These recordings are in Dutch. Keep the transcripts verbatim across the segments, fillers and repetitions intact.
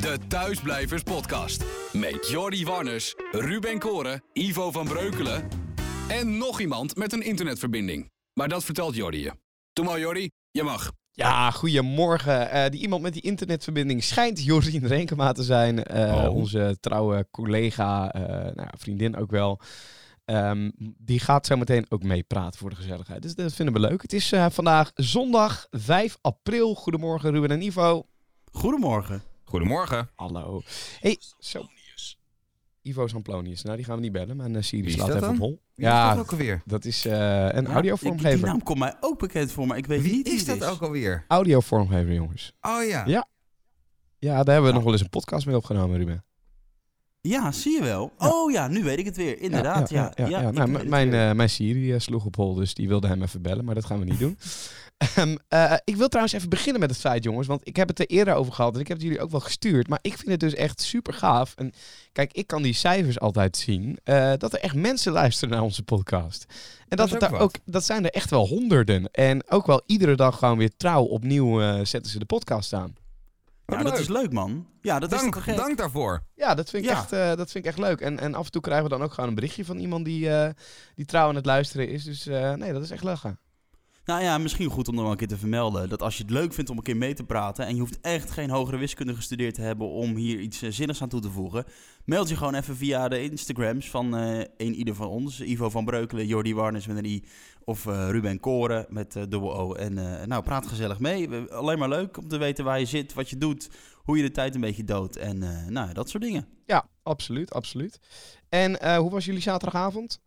De Thuisblijvers Podcast. Met Jordi Warners, Ruben Koren, Ivo van Breukelen en nog iemand met een internetverbinding. Maar dat vertelt Jordi je. Doe maar, Jordi, je mag. Ja, goedemorgen. Uh, die iemand met die internetverbinding schijnt Jorien Renkema te zijn. Uh, oh. Onze trouwe collega, uh, nou ja, vriendin ook wel. Um, die gaat zo meteen ook meepraten voor de gezelligheid. Dus dat vinden we leuk. Het is uh, vandaag zondag vijf april. Goedemorgen Ruben en Ivo. Goedemorgen. Goedemorgen. Hallo. Hey, zo. Ivo Samplonius. Nou, die gaan we niet bellen, maar uh, Siri slaat even dan? op hol. Wie ja, is dat ook alweer? Dat is uh, een ja, audiovormgever. Die naam komt mij ook bekend voor, maar ik weet wie niet wie is dat is. ook alweer? Audiovormgever, jongens. Oh ja. Ja. Ja, daar hebben we nog wel eens een podcast mee opgenomen, Ruben. Ja, zie je wel. Ja. Oh ja, nu weet ik het weer. Inderdaad, ja. ja, ja, ja, ja. ja nou, m- mijn, uh, mijn Siri uh, sloeg op hol, dus die wilde hem even bellen, maar dat gaan we niet doen. um, uh, ik wil trouwens even beginnen met het feit, jongens, want ik heb het er eerder over gehad en ik heb het jullie ook wel gestuurd, maar ik vind het dus echt super gaaf. En kijk, ik kan die cijfers altijd zien, uh, dat er echt mensen luisteren naar onze podcast. En dat, dat, het daar ook, dat zijn er echt wel honderden. En ook wel iedere dag gewoon weer trouw opnieuw uh, zetten ze de podcast aan. Ja, dat is leuk, man. Ja, dat dank, is toch gek. Dank daarvoor. Ja, dat vind ik, ja. Echt, uh, dat vind ik echt leuk. En, en af en toe krijgen we dan ook gewoon een berichtje van iemand die, uh, die trouw aan het luisteren is. Dus uh, nee, dat is echt lachen. Nou ja, misschien goed om nog wel een keer te vermelden. Dat als je het leuk vindt om een keer mee te praten en je hoeft echt geen hogere wiskunde gestudeerd te hebben om hier iets uh, zinnigs aan toe te voegen, meld je gewoon even via de Instagrams van uh, een ieder van ons. Ivo van Breukelen, Jordi Warners met een i of uh, Ruben Koren met uh, dubbel O. En uh, nou, praat gezellig mee. Alleen maar leuk om te weten waar je zit, wat je doet, hoe je de tijd een beetje doodt en uh, nou, dat soort dingen. Ja, absoluut, absoluut. En uh, hoe was jullie zaterdagavond?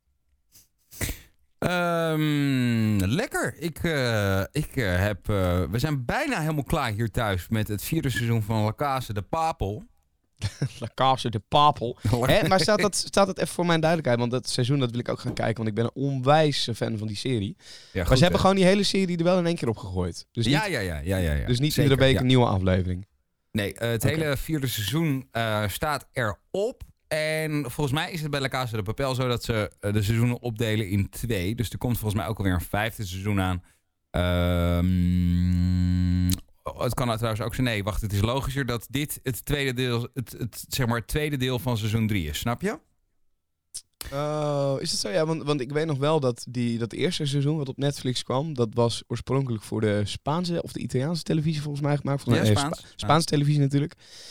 Um, lekker. Ik, uh, ik uh, heb... Uh, we zijn bijna helemaal klaar hier thuis met het vierde seizoen van La Casa de Papel. La Casa de Papel. Hè, maar staat dat, staat dat even voor mijn duidelijkheid? Want dat seizoen dat wil ik ook gaan kijken, want ik ben een onwijs fan van die serie. Ja, maar goed, ze hebben hè? gewoon die hele serie er wel in één keer op gegooid. Dus niet, ja, ja, ja, ja, ja, ja. Dus niet Zeker, iedere week ja. een nieuwe aflevering. Nee, uh, het okay. hele vierde seizoen uh, staat erop. En volgens mij is het bij La Casa de Papel zo dat ze uh, de seizoenen opdelen in twee. Dus er komt volgens mij ook alweer een vijfde seizoen aan. Um, het kan nou trouwens ook zijn. Nee, wacht, het is logischer dat dit het tweede deel, het, het, zeg maar het tweede deel van seizoen drie is. Snap je? Uh, is het zo? Ja, want, want ik weet nog wel dat die, dat eerste seizoen wat op Netflix kwam, dat was oorspronkelijk voor de Spaanse of de Italiaanse televisie volgens mij gemaakt. Volgens ja, mij, Spaans. Spa- Spaanse televisie natuurlijk.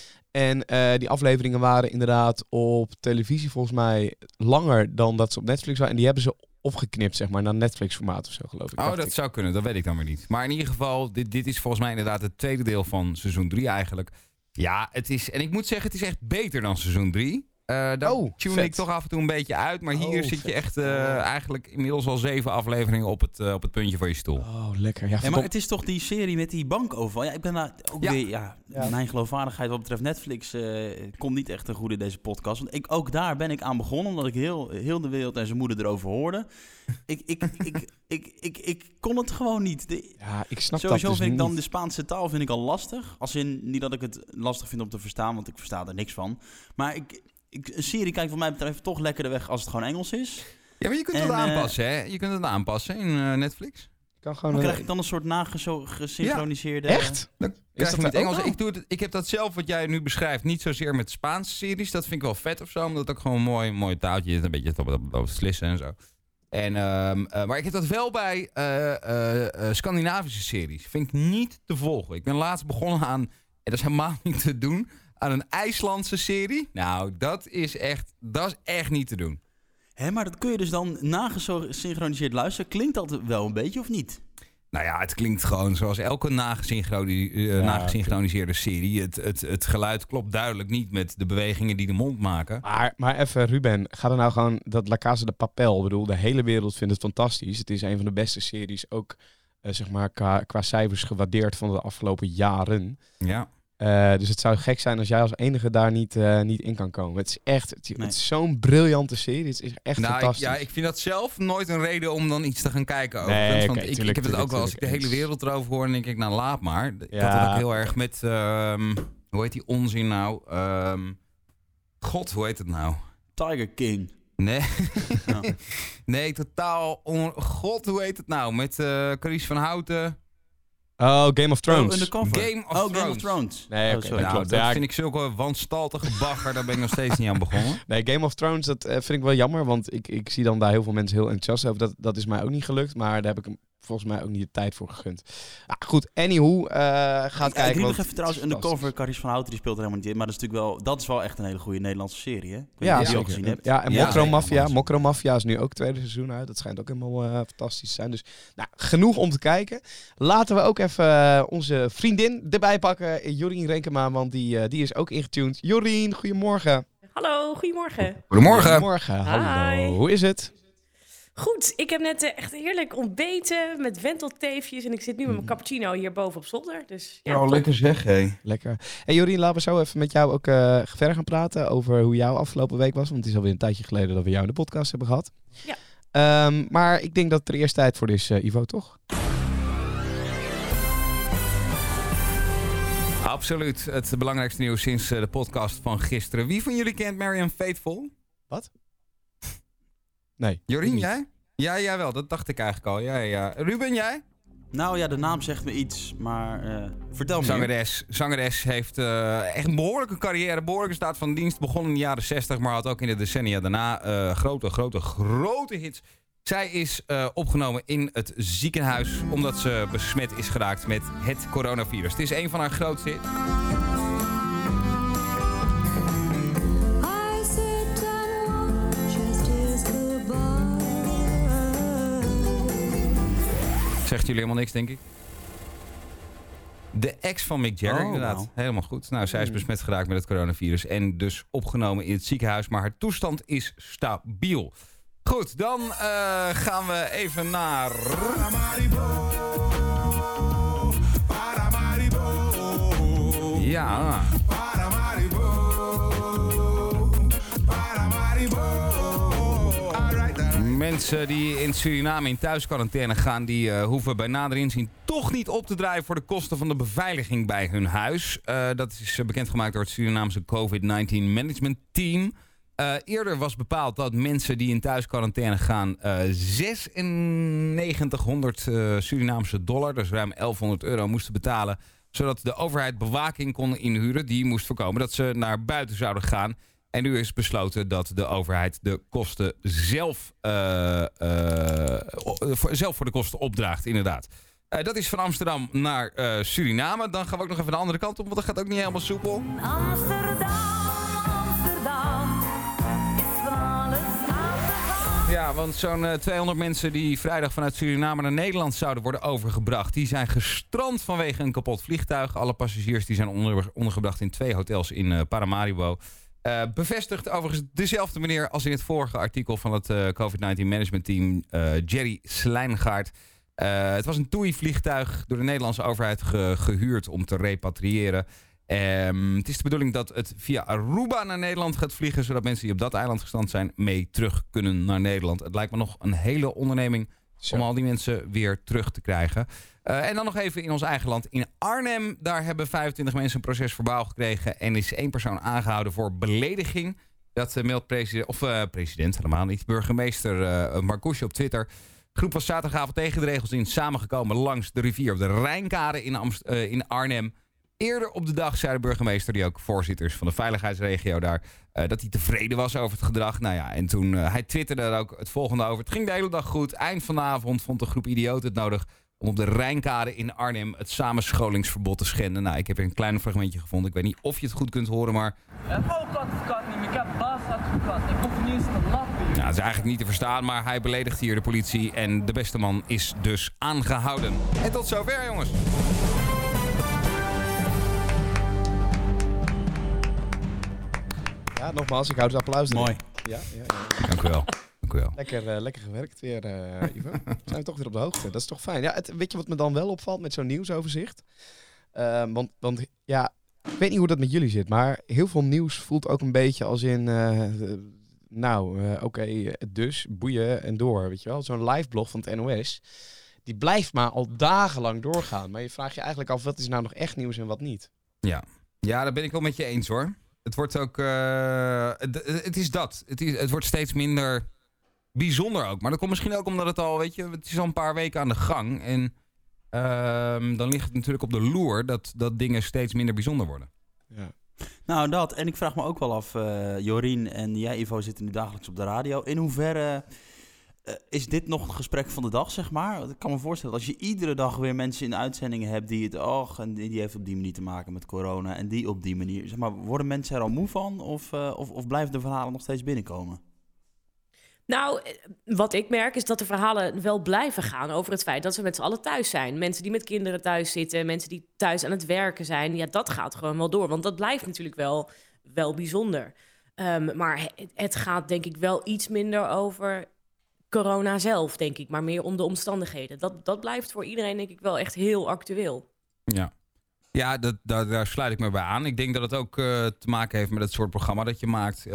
En uh, die afleveringen waren inderdaad op televisie volgens mij langer dan dat ze op Netflix waren. En die hebben ze opgeknipt, zeg maar, naar Netflix-formaat of zo, geloof ik. Oh, dat ik. zou kunnen. Dat weet ik dan weer niet. Maar in ieder geval, dit, dit is volgens mij inderdaad het tweede deel van seizoen drie eigenlijk. Ja, het is... En ik moet zeggen, het is echt beter dan seizoen drie. Uh, daar oh, tune vet. ik toch af en toe een beetje uit. Maar hier oh, zit vet. je echt uh, eigenlijk inmiddels al zeven afleveringen op het, uh, op het puntje van je stoel. Oh, lekker. Ja, ja, maar het is toch die serie met die bankoverval. Ja, ik ben daar ook ja. weer... Ja, ja. Mijn geloofwaardigheid wat betreft Netflix uh, komt niet echt ten goede in deze podcast. Want ik, ook daar ben ik aan begonnen, omdat ik heel, heel de wereld en zijn moeder erover hoorde. ik, ik, ik, ik, ik, ik, ik kon het gewoon niet. De, ja, ik snap sowieso dat dus vind ik dan niet. de Spaanse taal vind ik al lastig. Als in, niet dat ik het lastig vind om te verstaan, want ik versta er niks van. Maar ik... Ik, een serie kijkt wat mij betreft toch lekkerder weg als het gewoon Engels is. Ja, maar je kunt en, het uh, aanpassen, hè? Je kunt het aanpassen in uh, Netflix. Kan gewoon maar een... krijg ik dan een soort nagesynchroniseerde... Ja, echt? Dan is krijg dat je met Engels. ook? Ik, doe het, ik heb dat zelf, wat jij nu beschrijft, niet zozeer met Spaanse series. Dat vind ik wel vet of zo, omdat het ook gewoon een mooi, mooi taaltje is. Een beetje over slissen en zo. En, um, uh, maar ik heb dat wel bij uh, uh, uh, Scandinavische series. Vind ik niet te volgen. Ik ben laatst begonnen aan, en dat is helemaal niet te doen, aan een IJslandse serie. Nou, dat is echt, dat is echt niet te doen. Hé, maar dat kun je dus dan nagesynchroniseerd luisteren. Klinkt dat wel een beetje of niet? Nou ja, het klinkt gewoon zoals elke nagesynchroni- uh, ja, nagesynchroniseerde serie. Het, het, het geluid klopt duidelijk niet met de bewegingen die de mond maken. Maar, maar even, Ruben, ga er nou gewoon dat La Casa de Papel. Ik bedoel, de hele wereld vindt het fantastisch. Het is een van de beste series, ook uh, zeg maar qua, qua cijfers gewaardeerd van de afgelopen jaren. Ja. Uh, dus het zou gek zijn als jij als enige daar niet, uh, niet in kan komen. Het is echt, het, nee. het is zo'n briljante serie. Het is echt nou, fantastisch. Ik, ja, ik vind dat zelf nooit een reden om dan iets te gaan kijken over. Nee, want okay, ik, tuurlijk, ik heb het ook wel als ik de hele eens. wereld erover hoor en denk ik, nou laat maar. Ik ja. had het ook heel erg met, um, hoe heet die onzin nou? Um, God, hoe heet het nou? Tiger King. Nee, ja. nee, totaal on... God, hoe heet het nou? Met uh, Carice van Houten. Oh, Game of Thrones. Oh, undercover. Game of oh, Thrones. Game of Thrones. Nee, Oh, oké, sorry. dat Nou, klopt. dat Ja, vind ik zulke wanstaltige bagger. Daar ben ik nog steeds niet aan begonnen. Nee, Game of Thrones, dat uh, vind ik wel jammer. Want ik, ik zie dan daar heel veel mensen heel enthousiast over. Dat, dat is mij ook niet gelukt. Maar daar heb ik hem volgens mij ook niet de tijd voor gegund. Nou, goed, anywho, uh, gaat Ja, kijken. ik riep want nog even trouwens het is Undercover. Caries van Houten die speelt er helemaal niet in. Maar dat is natuurlijk wel, dat is wel echt een hele goede Nederlandse serie, hè? Ik weet Ja, niet of je die zeker. al gezien hebt. Ja, en Ja, Mokro zeker. Mafia. Mokro Mafia is nu ook tweede seizoen uit. Dat schijnt ook helemaal uh, fantastisch te zijn. Dus nou, genoeg om te kijken. Laten we ook even uh, onze vriendin erbij pakken. Jorien Renkema, want die, uh, die is ook ingetuned. Jorien, goedemorgen. Hallo, goedemorgen. Goedemorgen. Goedemorgen, hallo. Hi. Hoe is het? Goed, ik heb net uh, echt heerlijk ontbeten met wentelteefjes en ik zit nu met mijn cappuccino hier boven op zolder. Dus ja, Oh, top. lekker zeg, hé. Lekker. Hey Jorien, laten we zo even met jou ook uh, verder gaan praten over hoe jouw afgelopen week was. Want het is alweer een tijdje geleden dat we jou in de podcast hebben gehad. Ja. Um, maar ik denk dat het er eerst tijd voor is, uh, Ivo, toch? Absoluut. Het belangrijkste nieuws sinds uh, de podcast van gisteren. Wie van jullie kent Marianne Faithfull? Wat? Nee. Jorien, niet. jij? Ja, jij wel. Dat dacht ik eigenlijk al. Ja, ja. Ruben, jij? Nou ja, de naam zegt me iets, maar uh, vertel me. Zangeres. Zangeres heeft uh, echt een behoorlijke carrière, behoorlijke staat van dienst. Begon in de jaren zestig, maar had ook in de decennia daarna uh, grote, grote, grote hits. Zij is uh, opgenomen in het ziekenhuis omdat ze besmet is geraakt met het coronavirus. Het is een van haar grootste hits. Zegt jullie helemaal niks, denk ik? De ex van Mick Jagger, oh, inderdaad. Wow. Helemaal goed. Nou, zij is besmet geraakt met het coronavirus en dus opgenomen in het ziekenhuis. Maar haar toestand is stabiel. Goed, dan uh, gaan we even naar... Ja... Mensen die in Suriname in thuisquarantaine gaan, die uh, hoeven bij nader inzien toch niet op te draaien voor de kosten van de beveiliging bij hun huis. Uh, dat is uh, bekendgemaakt door het Surinaamse covid negentien Management Team. Uh, eerder was bepaald dat mensen die in thuisquarantaine gaan uh, zesennegentighonderd uh, Surinaamse dollar, dus ruim elfhonderd euro, moesten betalen, zodat de overheid bewaking kon inhuren. Die moest voorkomen dat ze naar buiten zouden gaan. En nu is besloten dat de overheid de kosten zelf, uh, uh, voor, zelf voor de kosten opdraagt, inderdaad. Uh, dat is van Amsterdam naar uh, Suriname. Dan gaan we ook nog even de andere kant op, want dat gaat ook niet helemaal soepel. Amsterdam, Amsterdam, is van alles aan de gang. Ja, want zo'n uh, tweehonderd mensen die vrijdag vanuit Suriname naar Nederland zouden worden overgebracht, die zijn gestrand vanwege een kapot vliegtuig. Alle passagiers die zijn onder, ondergebracht in twee hotels in uh, Paramaribo. Uh, bevestigt overigens dezelfde meneer als in het vorige artikel van het uh, covid negentien Management Team, uh, Jerry Slijngaard. Uh, het was een T U I-vliegtuig door de Nederlandse overheid ge- gehuurd om te repatriëren. Um, het is de bedoeling dat het via Aruba naar Nederland gaat vliegen, zodat mensen die op dat eiland gestrand zijn mee terug kunnen naar Nederland. Het lijkt me nog een hele onderneming Zo. om al die mensen weer terug te krijgen. Uh, en dan nog even in ons eigen land. In Arnhem, daar hebben vijfentwintig mensen een proces verbaal gekregen en is één persoon aangehouden voor belediging. Dat uh, meldt president, of uh, president helemaal niet, burgemeester uh, Marcouche op Twitter. De groep was zaterdagavond tegen de regels in samengekomen langs de rivier op de Rijnkade in, Amst- uh, in Arnhem. Eerder op de dag zei de burgemeester, die ook voorzitter is van de veiligheidsregio daar, uh, dat hij tevreden was over het gedrag. Nou ja, en toen uh, hij twitterde er ook het volgende over. Het ging de hele dag goed. Eind van de avond vond de groep idioten het nodig om op de Rijnkade in Arnhem het samenscholingsverbod te schenden. Nou, ik heb hier een klein fragmentje gevonden. Ik weet niet of je het goed kunt horen, maar... En ook advocaat niet meer. Ik heb baasadvocaat. Ik hoef niet eens te lappen. Nou, het is eigenlijk niet te verstaan, maar hij beledigt hier de politie. En de beste man is dus aangehouden. En tot zover, jongens. Ja, nogmaals, ik hou het applaus erin. Mooi. Ja, ja, ja. Dank u wel. Dank u wel. Lekker, uh, lekker gewerkt weer, uh, Ivo. Zijn we toch weer op de hoogte. Dat is toch fijn. Ja, het, weet je wat me dan wel opvalt met zo'n nieuwsoverzicht? Uh, want, want ja, ik weet niet hoe dat met jullie zit, maar heel veel nieuws voelt ook een beetje als in... Uh, uh, nou, uh, oké, okay, dus, boeien en door, weet je wel. Zo'n liveblog van het N O S, die blijft maar al dagenlang doorgaan. Maar je vraagt je eigenlijk af, wat is nou nog echt nieuws en wat niet? Ja, ja, daar ben ik wel met je eens, hoor. Het wordt ook... Uh, het, het is dat. Het, is, het wordt steeds minder bijzonder ook. Maar dat komt misschien ook omdat het al, weet je, het is al een paar weken aan de gang. En Um, dan ligt het natuurlijk op de loer dat, dat dingen steeds minder bijzonder worden. Ja. Nou, dat. En ik vraag me ook wel af, uh, Jorien en jij, Ivo, zitten nu dagelijks op de radio. In hoeverre uh, is dit nog het gesprek van de dag, zeg maar? Ik kan me voorstellen, als je iedere dag weer mensen in de uitzendingen hebt die het, och, en die heeft op die manier te maken met corona en die op die manier. Zeg maar, worden mensen er al moe van of, uh, of, of blijven de verhalen nog steeds binnenkomen? Nou, wat ik merk is dat de verhalen wel blijven gaan over het feit dat we met z'n allen thuis zijn. Mensen die met kinderen thuis zitten, mensen die thuis aan het werken zijn. Ja, dat gaat gewoon wel door, want dat blijft natuurlijk wel, wel bijzonder. Um, maar het, het gaat denk ik wel iets minder over corona zelf, denk ik. Maar meer om de omstandigheden. Dat, dat blijft voor iedereen denk ik wel echt heel actueel. Ja. Ja, dat, daar, daar sluit ik me bij aan. Ik denk dat het ook uh, te maken heeft met het soort programma dat je maakt. Uh,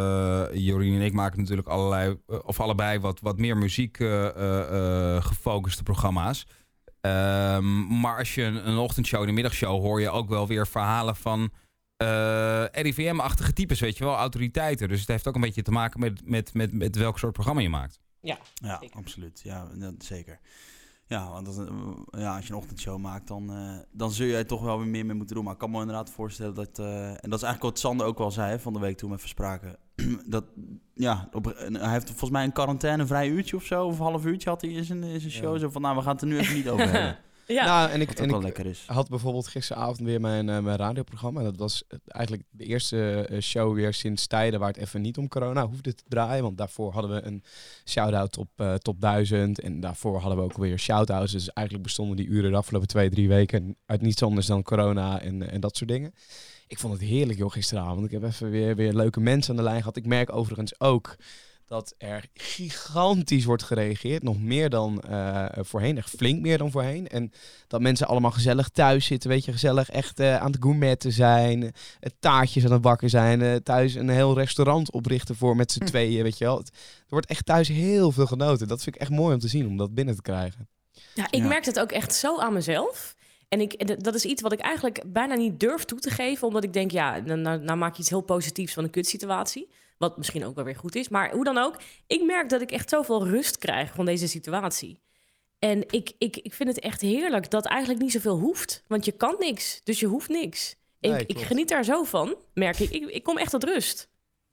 Jorien en ik maken natuurlijk allerlei, uh, of allebei wat, wat meer muziek uh, uh, gefocuste programma's. Uh, maar als je een, een ochtendshow en een middagshow hoor je ook wel weer verhalen van uh, R I V M-achtige types, weet je wel, autoriteiten. Dus het heeft ook een beetje te maken met, met, met, met welk soort programma je maakt. Ja, ja zeker. Absoluut. Ja, dat, zeker. Ja, want dat, ja, als je een ochtendshow maakt, dan, uh, dan zul jij toch wel weer meer mee moeten doen. Maar ik kan me inderdaad voorstellen dat... Uh, en dat is eigenlijk wat Sander ook wel zei van de week toen we even spraken. dat, ja, op, hij heeft volgens mij een quarantaine, een vrij uurtje of zo. Of een half uurtje had hij in zijn, in zijn show. Ja. Zo van, nou, we gaan het er nu even niet over hebben. Ja, nou, en ik, wat en ook wel ik lekker is. had bijvoorbeeld gisteravond weer mijn, uh, mijn radioprogramma. Dat was eigenlijk de eerste uh, show weer sinds tijden waar het even niet om corona hoefde te draaien. Want daarvoor hadden we een shout-out op uh, top duizend. En daarvoor hadden we ook weer shout-outs. Dus eigenlijk bestonden die uren de afgelopen twee, drie weken uit niets anders dan corona en, en dat soort dingen. Ik vond het heerlijk, joh, gisteravond. Ik heb even weer, weer leuke mensen aan de lijn gehad. Ik merk overigens ook dat er gigantisch wordt gereageerd. Nog meer dan uh, voorheen. Echt flink meer dan voorheen. En dat mensen allemaal gezellig thuis zitten. Weet je, gezellig echt uh, aan het gourmetten zijn. Uh, taartjes aan het bakken zijn. Uh, thuis een heel restaurant oprichten voor met z'n tweeën. Weet je wel. Het, er wordt echt thuis heel veel genoten. Dat vind ik echt mooi om te zien. Om dat binnen te krijgen. Ja, ik Ja. merk dat ook echt zo aan mezelf. En ik, dat is iets wat ik eigenlijk bijna niet durf toe te geven. Omdat ik denk, ja, nou, nou maak je iets heel positiefs van een kutsituatie. Wat misschien ook wel weer goed is. Maar hoe dan ook, ik merk dat ik echt zoveel rust krijg van deze situatie. En ik, ik, ik vind het echt heerlijk dat eigenlijk niet zoveel hoeft. Want je kan niks, dus je hoeft niks. Nee, ik, ik klopt. geniet daar zo van, merk ik. Ik, ik kom echt tot rust.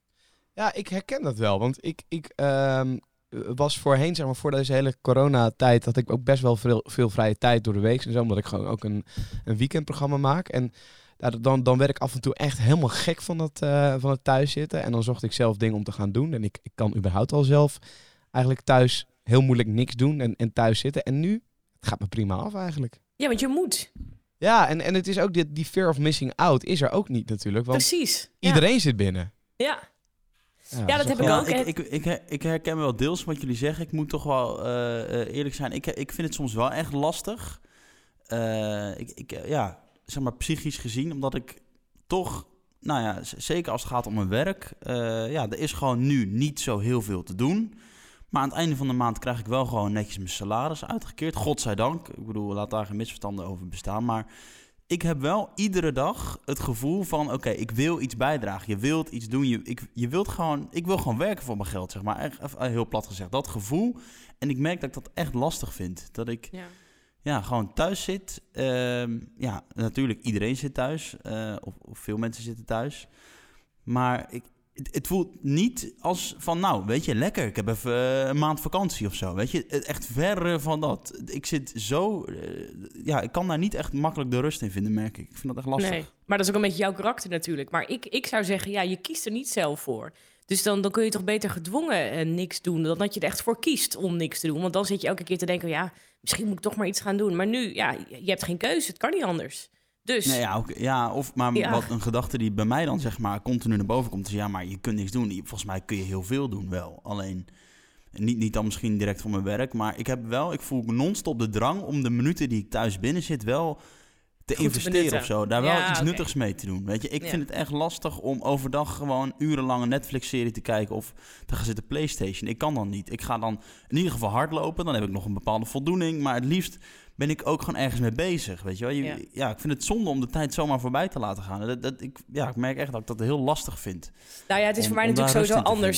Ja, ik herken dat wel. Want ik, ik um, was voorheen, zeg maar, voor deze hele coronatijd, had ik ook best wel veel, veel vrije tijd door de week en zo. Omdat ik gewoon ook een, een weekendprogramma maak. En ja, dan, dan werd ik af en toe echt helemaal gek van het, uh, van het thuiszitten. En dan zocht ik zelf dingen om te gaan doen. En ik, ik kan überhaupt al zelf eigenlijk thuis heel moeilijk niks doen en, en thuis zitten. En nu, het gaat me prima af eigenlijk. Ja, want je moet. Ja, en, en het is ook die, die fear of missing out is er ook niet natuurlijk. Want Precies. Ja. iedereen zit binnen. Ja. Ja, Ja, dat is heb toch ik Ja, ook. ik, ik, ik, her- ik herken wel deels wat jullie zeggen. Ik moet toch wel uh, uh, eerlijk zijn. Ik, ik vind het soms wel echt lastig. Uh, ik, ik, uh, ja, zeg maar psychisch gezien. Omdat ik toch, nou ja, z- zeker als het gaat om mijn werk. Uh, ja, er is gewoon nu niet zo heel veel te doen. Maar aan het einde van de maand krijg ik wel gewoon netjes mijn salaris uitgekeerd. Godzijdank. Ik bedoel, laat daar geen misverstanden over bestaan. Maar ik heb wel iedere dag het gevoel van, oké, okay, ik wil iets bijdragen. Je wilt iets doen. Je, ik, je wilt gewoon, ik wil gewoon werken voor mijn geld, zeg maar. Echt, even heel plat gezegd, dat gevoel. En ik merk dat ik dat echt lastig vind. Dat ik Ja. ja, gewoon thuis zit. Um, ja, natuurlijk, iedereen zit thuis. Uh, of, of veel mensen zitten thuis. Maar ik, het, het voelt niet als van, nou, weet je, lekker. Ik heb even uh, een maand vakantie of zo. Weet je, echt verre van dat. Ik zit zo, uh, ja, ik kan daar niet echt makkelijk de rust in vinden, merk ik. Ik vind dat echt lastig. Nee, maar dat is ook een beetje jouw karakter natuurlijk. Maar ik, ik zou zeggen, ja, je kiest er niet zelf voor. Dus dan, dan kun je toch beter gedwongen eh, niks doen... dan dat je er echt voor kiest om niks te doen. Want dan zit je elke keer te denken... ja, misschien moet ik toch maar iets gaan doen. Maar nu, ja, je hebt geen keuze. Het kan niet anders. Dus, Nee, ja, ook, ja, of maar Ja. wat een gedachte die bij mij dan zeg maar continu naar boven komt... is ja, maar je kunt niks doen. Volgens mij kun je heel veel doen wel. Alleen, niet, niet dan misschien direct voor mijn werk... maar ik heb wel, ik voel non-stop de drang om de minuten die ik thuis binnen zit... wel te te investeren benutten. of zo. Daar Ja, wel iets oké. nuttigs mee te doen. Weet je, ik Ja. vind het echt lastig om overdag gewoon urenlang een Netflix-serie te kijken... of te gaan zitten PlayStation. Ik kan dan niet. Ik ga dan in ieder geval hardlopen. Dan heb ik nog een bepaalde voldoening. Maar het liefst ben ik ook gewoon ergens mee bezig. Weet je wel? Je, Ja. ja. ik vind het zonde om de tijd zomaar voorbij te laten gaan. Dat, dat, ik, ja, ik merk echt dat ik dat heel lastig vind. nou ja, het is om- voor mij om daar natuurlijk sowieso rust in te anders...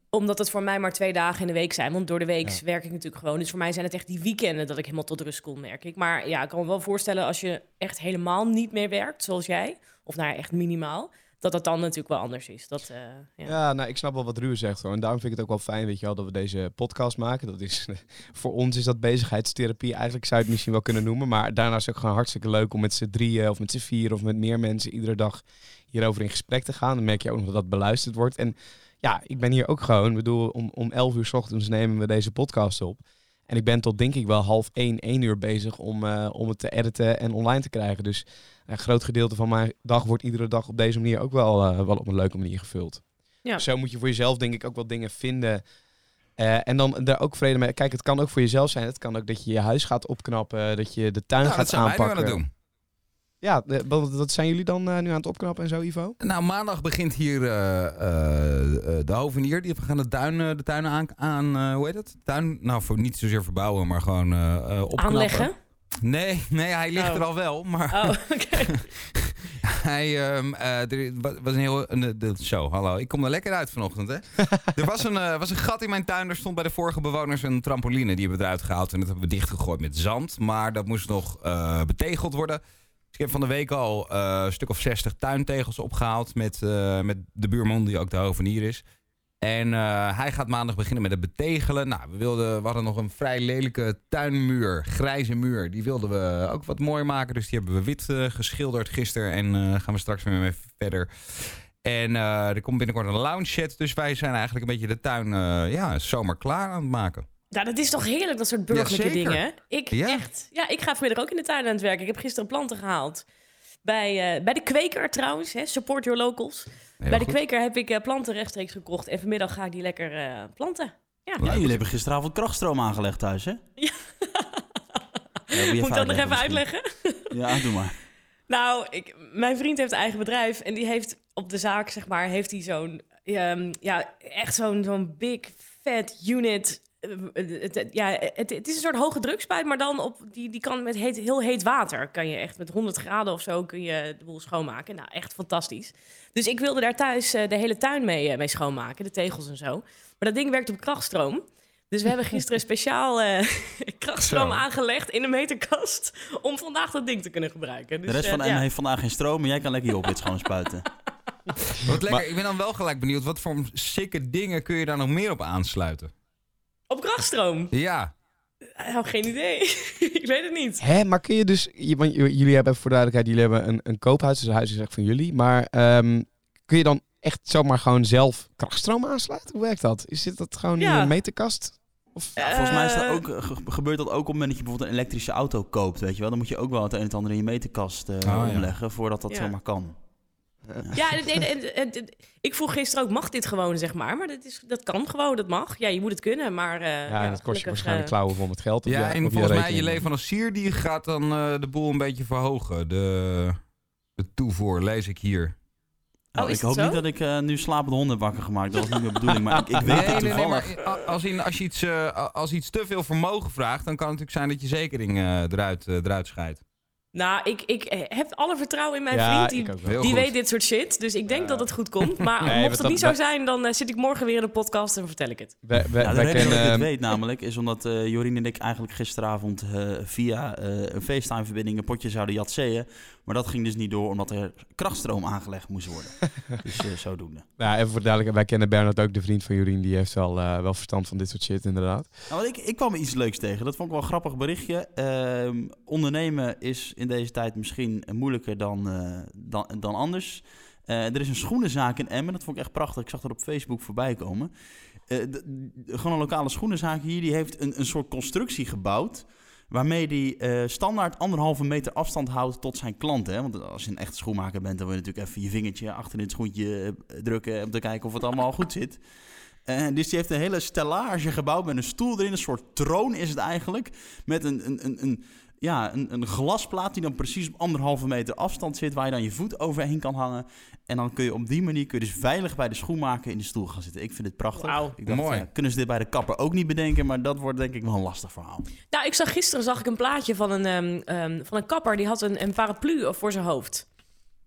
Omdat het voor mij maar twee dagen in de week zijn. Want door de week Ja. werk ik natuurlijk gewoon. Dus voor mij zijn het echt die weekenden dat ik helemaal tot rust kom, merk ik. Maar ja, ik kan me wel voorstellen als je echt helemaal niet meer werkt, zoals jij. Of nou ja, echt minimaal. Dat dat dan natuurlijk wel anders is. Dat, uh, ja. Ja, nou, ik snap wel wat Ruud zegt hoor. En daarom vind ik het ook wel fijn, weet je wel, dat we deze podcast maken. Dat is, voor ons is dat bezigheidstherapie. Eigenlijk zou je het misschien wel kunnen noemen. Maar daarnaast is het ook gewoon hartstikke leuk om met z'n drieën of met z'n vier of met meer mensen iedere dag hierover in gesprek te gaan. Dan merk je ook nog dat dat beluisterd wordt. En ja, ik ben hier ook gewoon, ik bedoel, om, om elf uur 's ochtends nemen we deze podcast op. En ik ben tot denk ik wel half één, één uur bezig om, uh, om het te editen en online te krijgen. Dus een groot gedeelte van mijn dag wordt iedere dag op deze manier ook wel, uh, wel op een leuke manier gevuld. Ja. Dus zo moet je voor jezelf denk ik ook wel dingen vinden. Uh, en dan daar ook vrede mee. Kijk, het kan ook voor jezelf zijn. Het kan ook dat je je huis gaat opknappen, dat je de tuin Nou, gaat dat zijn wij nu aanpakken. aan het doen. Ja, de- wat, wat zijn jullie dan uh, nu aan het opknappen en zo, Ivo? Nou, maandag begint hier uh, uh, de hovenier. Die gaan de tuin, uh, de tuin aan, aan uh, hoe heet het? Tuin, nou, voor niet zozeer verbouwen, maar gewoon uh, uh, opknappen. Aanleggen? Nee, nee, hij ligt Oh. er al wel, maar Oh, oké. hij um, uh, er was een heel een, de, zo, hallo, ik kom er lekker uit vanochtend, hè? Er was een, uh, was een gat in mijn tuin. Er stond bij de vorige bewoners een trampoline. Die hebben we eruit gehaald en dat hebben we dichtgegooid met zand. Maar dat moest nog uh, betegeld worden. Dus ik heb van de week al uh, een stuk of zestig tuintegels opgehaald met, uh, met de buurman die ook de hovenier is. En uh, hij gaat maandag beginnen met het betegelen. Nou, we, wilden, we hadden nog een vrij lelijke tuinmuur, grijze muur. Die wilden we ook wat mooi maken. Dus die hebben we wit uh, geschilderd gisteren. En uh, gaan we straks weer mee verder. En uh, er komt binnenkort een lounge set. Dus wij zijn eigenlijk een beetje de tuin uh, ja, zomaar klaar aan het maken. Nou, dat is toch heerlijk, dat soort burgerlijke Ja, zeker. dingen. Ik Ja. echt. Ja, ik ga vanmiddag ook in de tuin aan het werken. Ik heb gisteren planten gehaald. Bij, uh, bij de kweker trouwens, hè, support your locals. Heel bij de goed. kweker heb ik uh, planten rechtstreeks gekocht. En vanmiddag ga ik die lekker uh, planten. Ja. Ja, jullie hebben gisteravond krachtstroom aangelegd thuis, hè? Ja. Ja, Moet ik dat nog even misschien. uitleggen? Ja, doe maar. Nou, ik, mijn vriend heeft een eigen bedrijf. En die heeft op de zaak, zeg maar, heeft hij zo'n... Um, ja, echt zo'n zo'n big fat unit. Uh, het, het- ja, het, het is een soort hoge drukspuit, maar dan op die, die kan met heet, heel heet water. Kan je echt met honderd graden of zo kun je de boel schoonmaken. Nou, echt fantastisch. Dus ik wilde daar thuis uh, de hele tuin mee, uh, mee schoonmaken, de tegels en zo. Maar dat ding werkt op krachtstroom. Dus we hebben gisteren speciaal uh, krachtstroom Zo. aangelegd in de meterkast om vandaag dat ding te kunnen gebruiken. Dus, De rest van uh, Emmen ja. heeft vandaag geen stroom, maar jij kan lekker je oprit gewoon spuiten. Wat lekker. Maar- Ik ben dan wel gelijk benieuwd. Wat voor sikke dingen kun je daar nog meer op aansluiten? Op krachtstroom? Ja. Nou, geen idee. Ik weet het niet. Hè, maar kun je dus... je- Want j- jullie hebben, voor duidelijkheid, jullie hebben een, een koophuis. Dus het huis is echt van jullie. Maar ehm, kun je dan echt zomaar gewoon zelf krachtstroom aansluiten? Hoe werkt dat? Is dit dat gewoon Ja. in een meterkast? Of... Ja, volgens mij is dat Eh, ook, ge- gebeurt dat ook op het moment dat je bijvoorbeeld een elektrische auto koopt, weet je wel. Dan moet je ook wel het een en het ander in je meterkast uh, ja. omleggen voordat dat Ja. zomaar kan. Ja, en- en- en- en- en- ik vroeg gisteren ook, mag dit gewoon, zeg maar? Maar dat, is, dat kan gewoon, dat mag. Ja, je moet het kunnen, maar... uh, Ja, en dat kost je gelukkig, waarschijnlijk uh, klauwen vol met geld. op Ja, je- en op volgens mij je rekening. leverancier die gaat dan uh, de boel een beetje verhogen. De, de toevoer, lees ik hier. Oh, Oh, is ik dat hoop zo? niet dat ik uh, nu slapende honden wakker gemaakt. Dat was niet mijn bedoeling, maar ik, ik weet het toevallig. maar als, in, als, je iets, uh, als iets te veel vermogen vraagt, dan kan het natuurlijk zijn dat je zekering uh, eruit, uh, eruit scheidt. Nou, ik, ik heb alle vertrouwen in mijn Ja, vriend. Die, ik ook wel. Heel die goed. weet dit soort shit. Dus ik denk dat het goed komt. Maar Nee, mocht want het dat- niet zo dat- zijn, dan uh, zit ik morgen weer in een podcast en vertel ik het. Wij, wij, Ja, de wij reden dat ik kennen, dit weet namelijk is omdat uh, Jorien en ik eigenlijk gisteravond uh, via uh, een FaceTime-verbinding een potje zouden jatseeën. Maar dat ging dus niet door omdat er krachtstroom aangelegd moest worden. Dus uh, zodoende. ja, even voor de duidelijkheid, wij kennen Bernard ook, de vriend van Jorien. Die heeft wel, uh, wel verstand van dit soort shit, inderdaad. Nou, ik, ik kwam iets leuks tegen. Dat vond ik wel een grappig berichtje. Ehm, ondernemen is in deze tijd misschien moeilijker dan, uh, dan, dan anders. Uh, er is een schoenenzaak in Emmen. Dat vond ik echt prachtig. Ik zag dat op Facebook voorbij komen. Uh, d- d- gewoon een lokale schoenenzaak hier. Die heeft een, een soort constructie gebouwd. Waarmee die uh, standaard anderhalve meter afstand houdt tot zijn klanten. Hè? Want als je een echte schoenmaker bent, dan wil je natuurlijk even je vingertje achter in het schoentje uh, drukken. Om te kijken of het allemaal goed zit. Uh, dus die heeft een hele stellage gebouwd met een stoel erin. Een soort troon is het eigenlijk. Met een, een, een, een, ja, een, een glasplaat die dan precies op anderhalve meter afstand zit. Waar je dan je voet overheen kan hangen. En dan kun je op die manier kun je dus veilig bij de schoenmaker in de stoel gaan zitten. Ik vind het prachtig. Wauw. Ik dacht, Mooi. ja, kunnen ze dit bij de kapper ook niet bedenken? Maar dat wordt denk ik wel een lastig verhaal. Nou, ik zag gisteren zag ik een plaatje van een, um, um, van een kapper. Die had een, een paraplu voor zijn hoofd.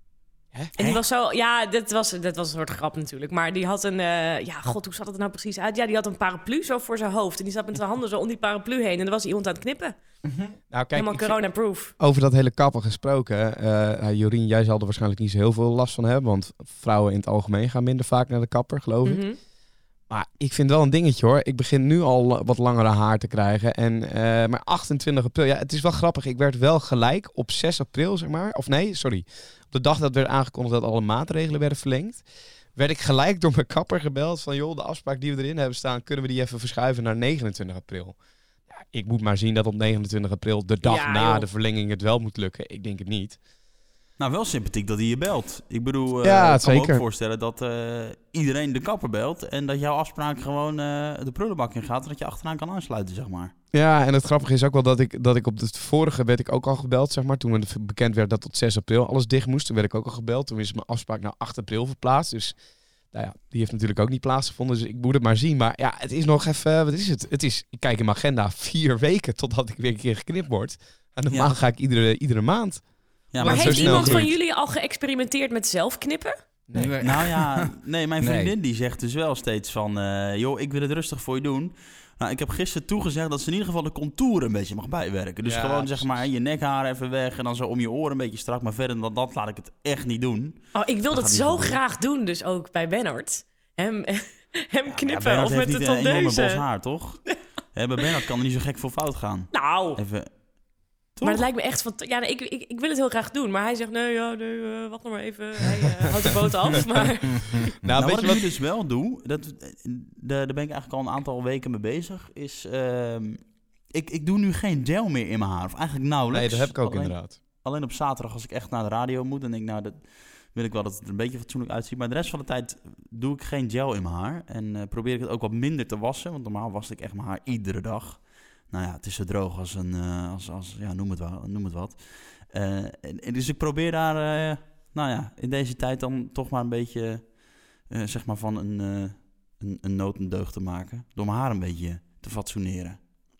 Hè? En die was zo... Ja, dit was, dit was een soort grap natuurlijk. Maar die had een... Uh, ja, god, hoe zat het er nou precies uit? Ja, die had een paraplu zo voor zijn hoofd. En die zat met zijn handen zo om die paraplu heen. En er was iemand aan het knippen. Nou, kijk, Helemaal ik corona-proof. over dat hele kappen gesproken. Uh, Jorien, jij zal er waarschijnlijk niet zo heel veel last van hebben. Want vrouwen in het algemeen gaan minder vaak naar de kapper, geloof ik. Mm-hmm. Maar ik vind wel een dingetje hoor. Ik begin nu al wat langere haar te krijgen. En uh, maar achtentwintig april, ja, het is wel grappig. Ik werd wel gelijk op zes april, zeg maar. Of nee, sorry. Op de dag dat werd aangekondigd dat alle maatregelen werden verlengd, werd ik gelijk door mijn kapper gebeld van joh, de afspraak die we erin hebben staan, kunnen we die even verschuiven naar negenentwintig april. Ja, ik moet maar zien dat op negenentwintig april, de dag Ja, na joh. de verlenging, het wel moet lukken. Ik denk het niet. Nou, wel sympathiek dat hij je belt. Ik bedoel, uh, Ja, ik kan me zeker. ook voorstellen dat uh, iedereen de kapper belt en dat jouw afspraak gewoon uh, de prullenbak in gaat en dat je achteraan kan aansluiten, zeg maar. Ja, en het grappige is ook wel dat ik, dat ik op het vorige werd ik ook al gebeld, zeg maar. Toen het bekend werd dat tot zes april alles dicht moest, toen werd ik ook al gebeld. Toen is mijn afspraak naar acht april verplaatst. Dus nou ja, die heeft natuurlijk ook niet plaatsgevonden. Dus ik moet het maar zien. Maar ja, het is nog even, wat is het? Het is, ik kijk in mijn agenda, vier weken totdat ik weer een keer geknipt word. En normaal Ja. ga ik iedere, iedere maand. Ja, Maar het zo heeft snel iemand van groeit. jullie al geëxperimenteerd met zelf knippen? Nee. Nee. Nou ja, nee, mijn Nee. vriendin die zegt dus wel steeds van, uh, joh, ik wil het rustig voor je doen. Nou, ik heb gisteren toegezegd dat ze in ieder geval de contouren een beetje mag bijwerken. Dus Ja, gewoon zeg precies. maar je nekhaar even weg en dan zo om je oren een beetje strak. Maar verder dan dat laat ik het echt niet doen. Oh, ik wil Dat dat, gaat niet zo gebeuren. graag doen, dus ook bij Bernard. Hem, hem knippen Ja, Bernard of heeft met de niet een enorme bos tondeuzen. haar, toch? Hè, bij Bernard kan er niet zo gek veel fout gaan. Nou, Even... maar het lijkt me echt van... Ja, nee, ik, ik, ik wil het heel graag doen, maar hij zegt... Nee, ja, nee, uh, wacht nog maar even. Hij uh, houdt de boot af, maar... Nou, Nou, weet wat je ik wat? dus wel doe, dat, daar, daar ben ik eigenlijk al een aantal weken mee bezig, is... ehm, ik, ik doe nu geen gel meer in mijn haar, of eigenlijk nauwelijks. Nee, dat heb ik ook alleen, inderdaad. Alleen op zaterdag als ik echt naar de radio moet, dan denk ik, nou, dat wil ik wel dat het er een beetje fatsoenlijk uitziet. Maar de rest van de tijd doe ik geen gel in mijn haar. En uh, probeer ik het ook wat minder te wassen, want normaal was ik echt mijn haar iedere dag. Nou ja, het is zo droog als een, uh, als, als, ja, noem het, wel, noem het wat. Uh, en, en dus ik probeer daar, uh, nou ja, in deze tijd dan toch maar een beetje, uh, zeg maar van een, uh, een, een nood een deugd te maken. Door mijn haar een beetje te fatsoeneren.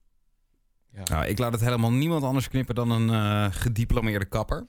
Ja. Nou, ik laat het helemaal niemand anders knippen dan een uh, gediplomeerde kapper.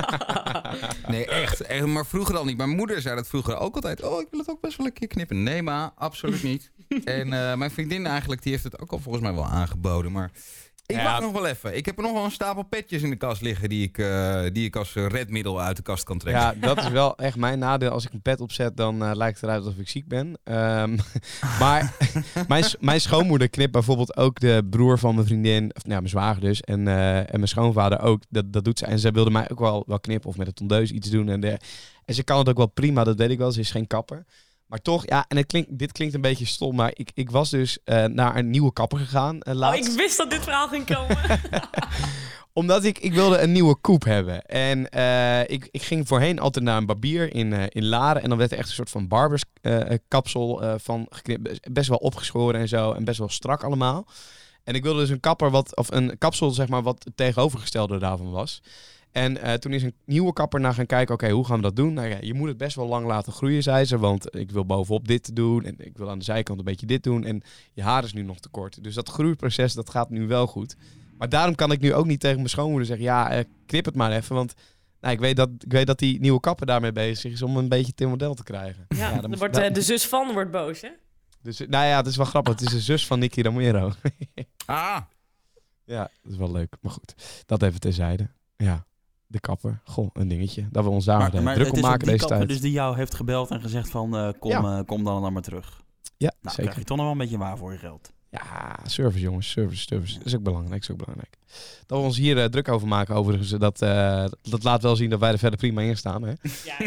Nee, echt, echt. Maar vroeger al niet. Mijn moeder zei dat vroeger ook altijd. Oh, ik wil het ook best wel een keer knippen. Nee, ma, absoluut niet. En uh, mijn vriendin eigenlijk, die heeft het ook al volgens mij wel aangeboden. Maar ik Ja. wacht nog wel even. Ik heb er nog wel een stapel petjes in de kast liggen die ik, uh, die ik als uh, redmiddel uit de kast kan trekken. Ja, dat is wel echt mijn nadeel. Als ik een pet opzet, dan uh, lijkt het eruit alsof ik ziek ben. Um, maar mijn, mijn schoonmoeder knipt bijvoorbeeld ook de broer van mijn vriendin, of nou, mijn zwager dus, en, uh, en mijn schoonvader ook. Dat, dat doet ze. En zij wilde mij ook wel, wel knippen of met een tondeus iets doen. En, de, en ze kan het ook wel prima, dat weet ik wel. Ze is geen kapper. Maar toch, ja, en het klinkt, dit klinkt een beetje stom, maar ik, ik was dus uh, naar een nieuwe kapper gegaan uh, Oh, laatst. ik wist dat dit verhaal ging komen. Omdat ik, ik wilde een nieuwe koep hebben. En uh, ik, ik ging voorheen altijd naar een barbier in, uh, in Laren. En dan werd er echt een soort van barberskapsel uh, uh, van geknipt. Best wel opgeschoren en zo. En best wel strak allemaal. En ik wilde dus een kapper wat, of een kapsel, zeg maar, wat het tegenovergestelde daarvan was. En uh, toen is een nieuwe kapper naar gaan kijken, oké, okay, hoe gaan we dat doen? Nou ja, je moet het best wel lang laten groeien, zei ze, want ik wil bovenop dit doen en ik wil aan de zijkant een beetje dit doen en je haar is nu nog te kort. Dus dat groeiproces, dat gaat nu wel goed. Maar daarom kan ik nu ook niet tegen mijn schoonmoeder zeggen, ja, uh, knip het maar even, want nou, ik, weet dat, ik weet dat die nieuwe kapper daarmee bezig is om een beetje Tim model te krijgen. Ja, dan dan moet- wordt, uh, de zus van wordt boos, hè? Dus nou ja, het is wel grappig, het is een zus van Nicky Romero. Ah, Ja, dat is wel leuk, maar goed, dat even terzijde. Ja. De kapper. Goh, een dingetje. Dat we ons daar Maar, uh, maar druk het om is ook maken die deze kapper tijd. dus die jou heeft gebeld en gezegd van, uh, kom, Ja. uh, kom dan en dan maar terug. Ja, Nou, zeker. krijg je toch nog wel een beetje waar voor je geld. Ja, service jongens. Service, service. Dat is ook belangrijk. is ook belangrijk. Dat we ons hier uh, druk over maken, overigens. Dat, uh, dat laat wel zien dat wij er verder prima in staan. Hè? Ja.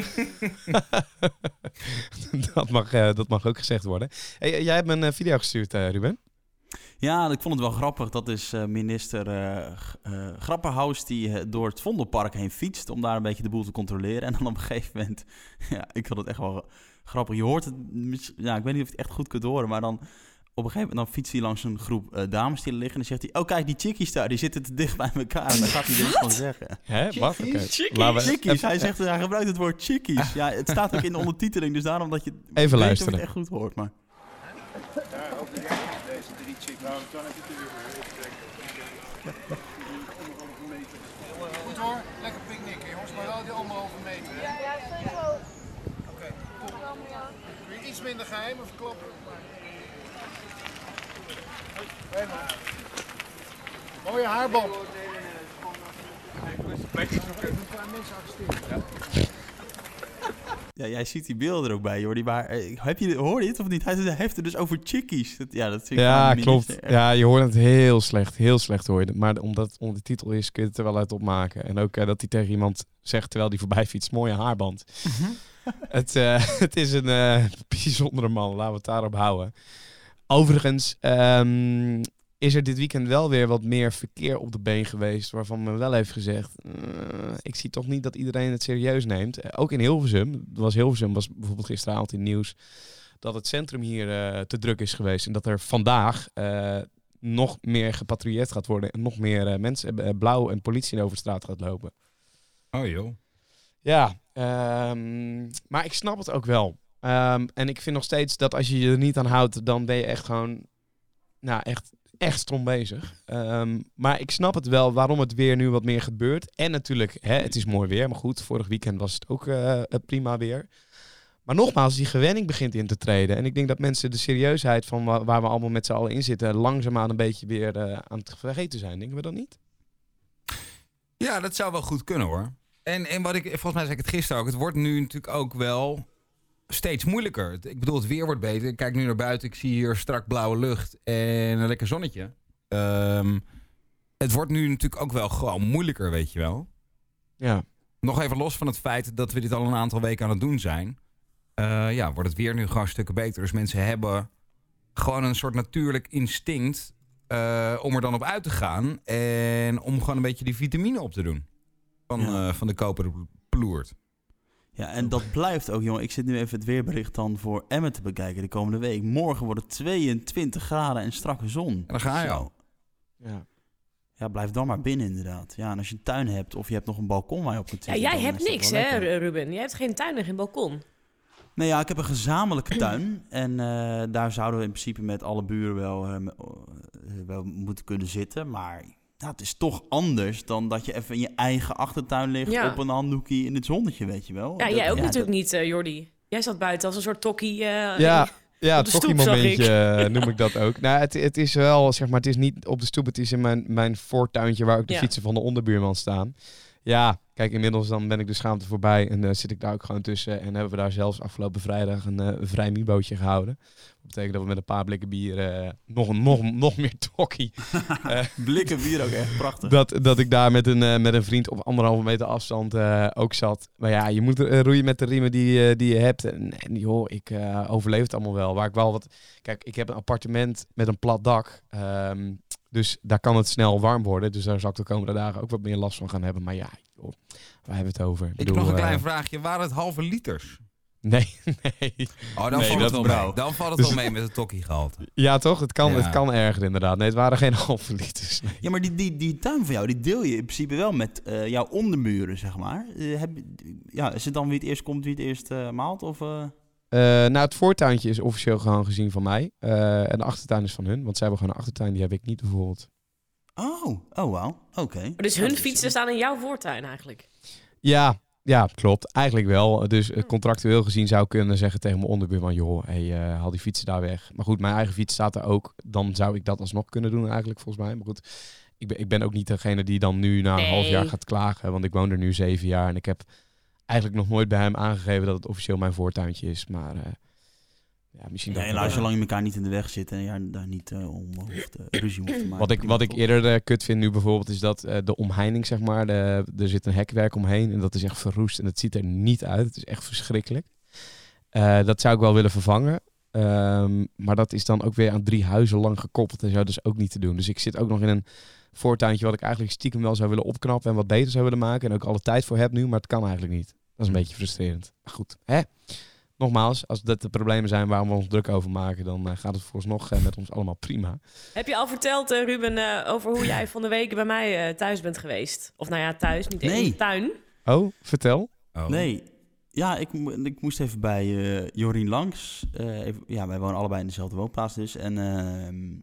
dat, mag, uh, dat mag ook gezegd worden. Hey, jij hebt me een uh, video gestuurd, uh, Ruben. Ja, ik vond het wel grappig. Dat is uh, minister uh, uh, Grapperhaus die uh, door het Vondelpark heen fietst om daar een beetje de boel te controleren. En dan op een gegeven moment, ja, ik vond het echt wel grappig. Je hoort het, ja, ik weet niet of je het echt goed kunt horen, maar dan op een gegeven moment dan fietst hij langs een groep uh, dames die er liggen en dan zegt hij, oh kijk, die chickies daar, die zitten te dicht bij elkaar. En dan gaat hij er iets van zeggen. Hè? Wat? Oké. Okay. Chickies. Chickies, hij zegt, hij gebruikt het woord chickies. Ja, het staat ook in de ondertiteling, dus daarom dat je Even weet of luisteren. je het echt goed hoort, maar... Daar op de rechter deze drie chickies. Nou, dan heb je het weer even kijken. Anderhalve meter. Goed hoor, lekker picknicken jongens, maar wel die anderhalve meter. Hè? geheimen verklappen. Hey, man. Mooie haarband. Een paar mensen arresteren. Ja, jij ziet die beelden er ook bij, Jordi. Maar eh, heb je, hoor je het of niet? Hij hij heeft het dus over chickies. Dat, ja, dat vind ik Ja, gewoon klopt. niet- Ja, je hoort het heel slecht. Heel slecht hoor je het. Maar omdat het onder de titel is, kun je het er wel uit opmaken. En ook eh, dat hij tegen iemand zegt, terwijl hij voorbij fietst, mooie haarband. het, uh, het is een uh, bijzondere man. Laten we het daarop houden. Overigens um, is er dit weekend wel weer wat meer verkeer op de been geweest, waarvan men wel heeft gezegd, uh, ik zie toch niet dat iedereen het serieus neemt. Uh, ook in Hilversum. Er was Hilversum was bijvoorbeeld gisteravond in nieuws dat het centrum hier uh, te druk is geweest en dat er vandaag uh, nog meer gepatrouilleerd gaat worden en nog meer uh, mensen, uh, blauw en politie over de straat gaat lopen. Oh joh. Ja, um, maar ik snap het ook wel. Um, en ik vind nog steeds dat als je je er niet aan houdt, dan ben je echt gewoon, nou echt, echt stom bezig. Um, maar ik snap het wel waarom het weer nu wat meer gebeurt. En natuurlijk, hè, het is mooi weer, maar goed, vorig weekend was het ook uh, prima weer. Maar nogmaals, die gewenning begint in te treden. En ik denk dat mensen de serieusheid van wa- waar we allemaal met z'n allen in zitten, langzaamaan een beetje weer uh, aan het vergeten zijn. Denken we dat niet? Ja, dat zou wel goed kunnen hoor. En, en wat ik, volgens mij zei ik het gisteren ook, het wordt nu natuurlijk ook wel steeds moeilijker. Ik bedoel, het weer wordt beter. Ik kijk nu naar buiten, ik zie hier strak blauwe lucht en een lekker zonnetje. Um, het wordt nu natuurlijk ook wel gewoon moeilijker, weet je wel. Ja. Nog even los van het feit dat we dit al een aantal weken aan het doen zijn. Uh, ja, wordt het weer nu gewoon stukken beter. Dus mensen hebben gewoon een soort natuurlijk instinct uh, om er dan op uit te gaan. En om gewoon een beetje die vitamine op te doen. Van, ja. uh, van de koperen ploert. Ja, en dat blijft ook, jongen. Ik zit nu even het weerbericht dan voor Emmen te bekijken de komende week. Morgen wordt het tweeëntwintig graden en strakke zon. En dan ga je al. Ja. Ja, blijf dan maar binnen inderdaad. Ja, en als je een tuin hebt of je hebt nog een balkon waar je op kunt zitten. Ja, jij dan hebt is dat niks, wel hè, lekker. Ruben? Jij hebt geen tuin en geen balkon. Nee, ja, ik heb een gezamenlijke tuin. En uh, daar zouden we in principe met alle buren wel, uh, uh, wel moeten kunnen zitten. Maar ja, het is toch anders dan dat je even in je eigen achtertuin ligt Ja. op een handdoekje in het zonnetje, weet je wel. Ja, Dat- jij ook ja, natuurlijk dat- niet, uh, Jordi. Jij zat buiten als een soort tokkie. Uh, Ja, ja, op het de stoep, tokkie-momentje uh, noem ik dat ook. Nou, het, het is wel, zeg maar, het is niet op de stoep. Het is in mijn, mijn voortuintje waar ook de Ja. fietsen van de onderbuurman staan. Ja, kijk, inmiddels dan ben ik de schaamte voorbij en uh, zit ik daar ook gewoon tussen. En hebben we daar zelfs afgelopen vrijdag een uh, vrij mibootje gehouden. Dat betekent dat we met een paar blikken bier uh, nog, nog, nog meer tokkie. uh, Blikken bier ook echt prachtig. dat, dat ik daar met een, uh, met een vriend op anderhalve meter afstand uh, ook zat. Maar ja, je moet uh, roeien met de riemen die, uh, die je hebt. En, en joh, ik uh, overleef het allemaal wel. Waar ik wel wat... Kijk, ik heb een appartement met een plat dak. Um, dus daar kan het snel warm worden. Dus daar zal ik de komende dagen ook wat meer last van gaan hebben. Maar ja, joh, waar hebben we het over? Ik bedoel, heb nog een klein uh, vraagje. Waren het halve liters? Nee, nee. Oh, dan Nee, valt dat het wel brouw. mee. Dan valt het Dus- wel mee met het tokkiegehalte. Ja, toch? Het kan, Ja. het kan erger inderdaad. Nee, het waren geen halve liters. Nee. Ja, maar die, die, die tuin van jou, die deel je in principe wel met uh, jouw onderburen, zeg maar. Uh, heb, ja, is het dan wie het eerst komt, wie het eerst uh, maalt? Of, uh... Uh, nou, het voortuintje is officieel gewoon gezien van mij. Uh, en de achtertuin is van hun. Want zij hebben gewoon een achtertuin, die heb ik niet bijvoorbeeld. Oh, oh wauw. Oké. Okay. Dus hun fietsen staan in jouw voortuin eigenlijk? Ja, ja, klopt. Eigenlijk wel. Dus uh, contractueel gezien zou ik kunnen zeggen tegen mijn onderbuurman, joh, hey, uh, haal die fietsen daar weg. Maar goed, mijn eigen fiets staat er ook. Dan zou ik dat alsnog kunnen doen eigenlijk, volgens mij. Maar goed, ik ben, ik ben ook niet degene die dan nu na een Nee. half jaar gaat klagen. Want ik woon er nu zeven jaar en ik heb eigenlijk nog nooit bij hem aangegeven dat het officieel mijn voortuintje is. Maar uh, ja, misschien dat... Nee, nou, zolang je elkaar niet in de weg zit en je daar niet uh, om hoeft, uh, ruzie hoeft te maken. Wat ik, wat ik eerder uh, kut vind nu bijvoorbeeld is dat uh, de omheining, zeg maar, de, er zit een hekwerk omheen en dat is echt verroest en dat ziet er niet uit. Het is echt verschrikkelijk. Uh, dat zou ik wel willen vervangen. Um, maar dat is dan ook weer aan drie huizen lang gekoppeld en zo, dus ook niet te doen. Dus ik zit ook nog in een voortuintje wat ik eigenlijk stiekem wel zou willen opknappen en wat beter zou willen maken en ook alle tijd voor heb nu, maar het kan eigenlijk niet. Dat is een beetje frustrerend. Maar goed, hè? Nogmaals, als dat de problemen zijn waar we ons druk over maken, dan uh, gaat het vooralsnog uh, met ons allemaal prima. Heb je al verteld, uh, Ruben, uh, over hoe jij van de week bij mij uh, thuis bent geweest? Of nou ja, thuis, niet eens Nee. in de tuin. Oh, vertel. Oh. Nee. Ja, ik, mo- ik moest even bij uh, Jorien langs. Uh, even, ja, wij wonen allebei in dezelfde woonplaats dus. En uh,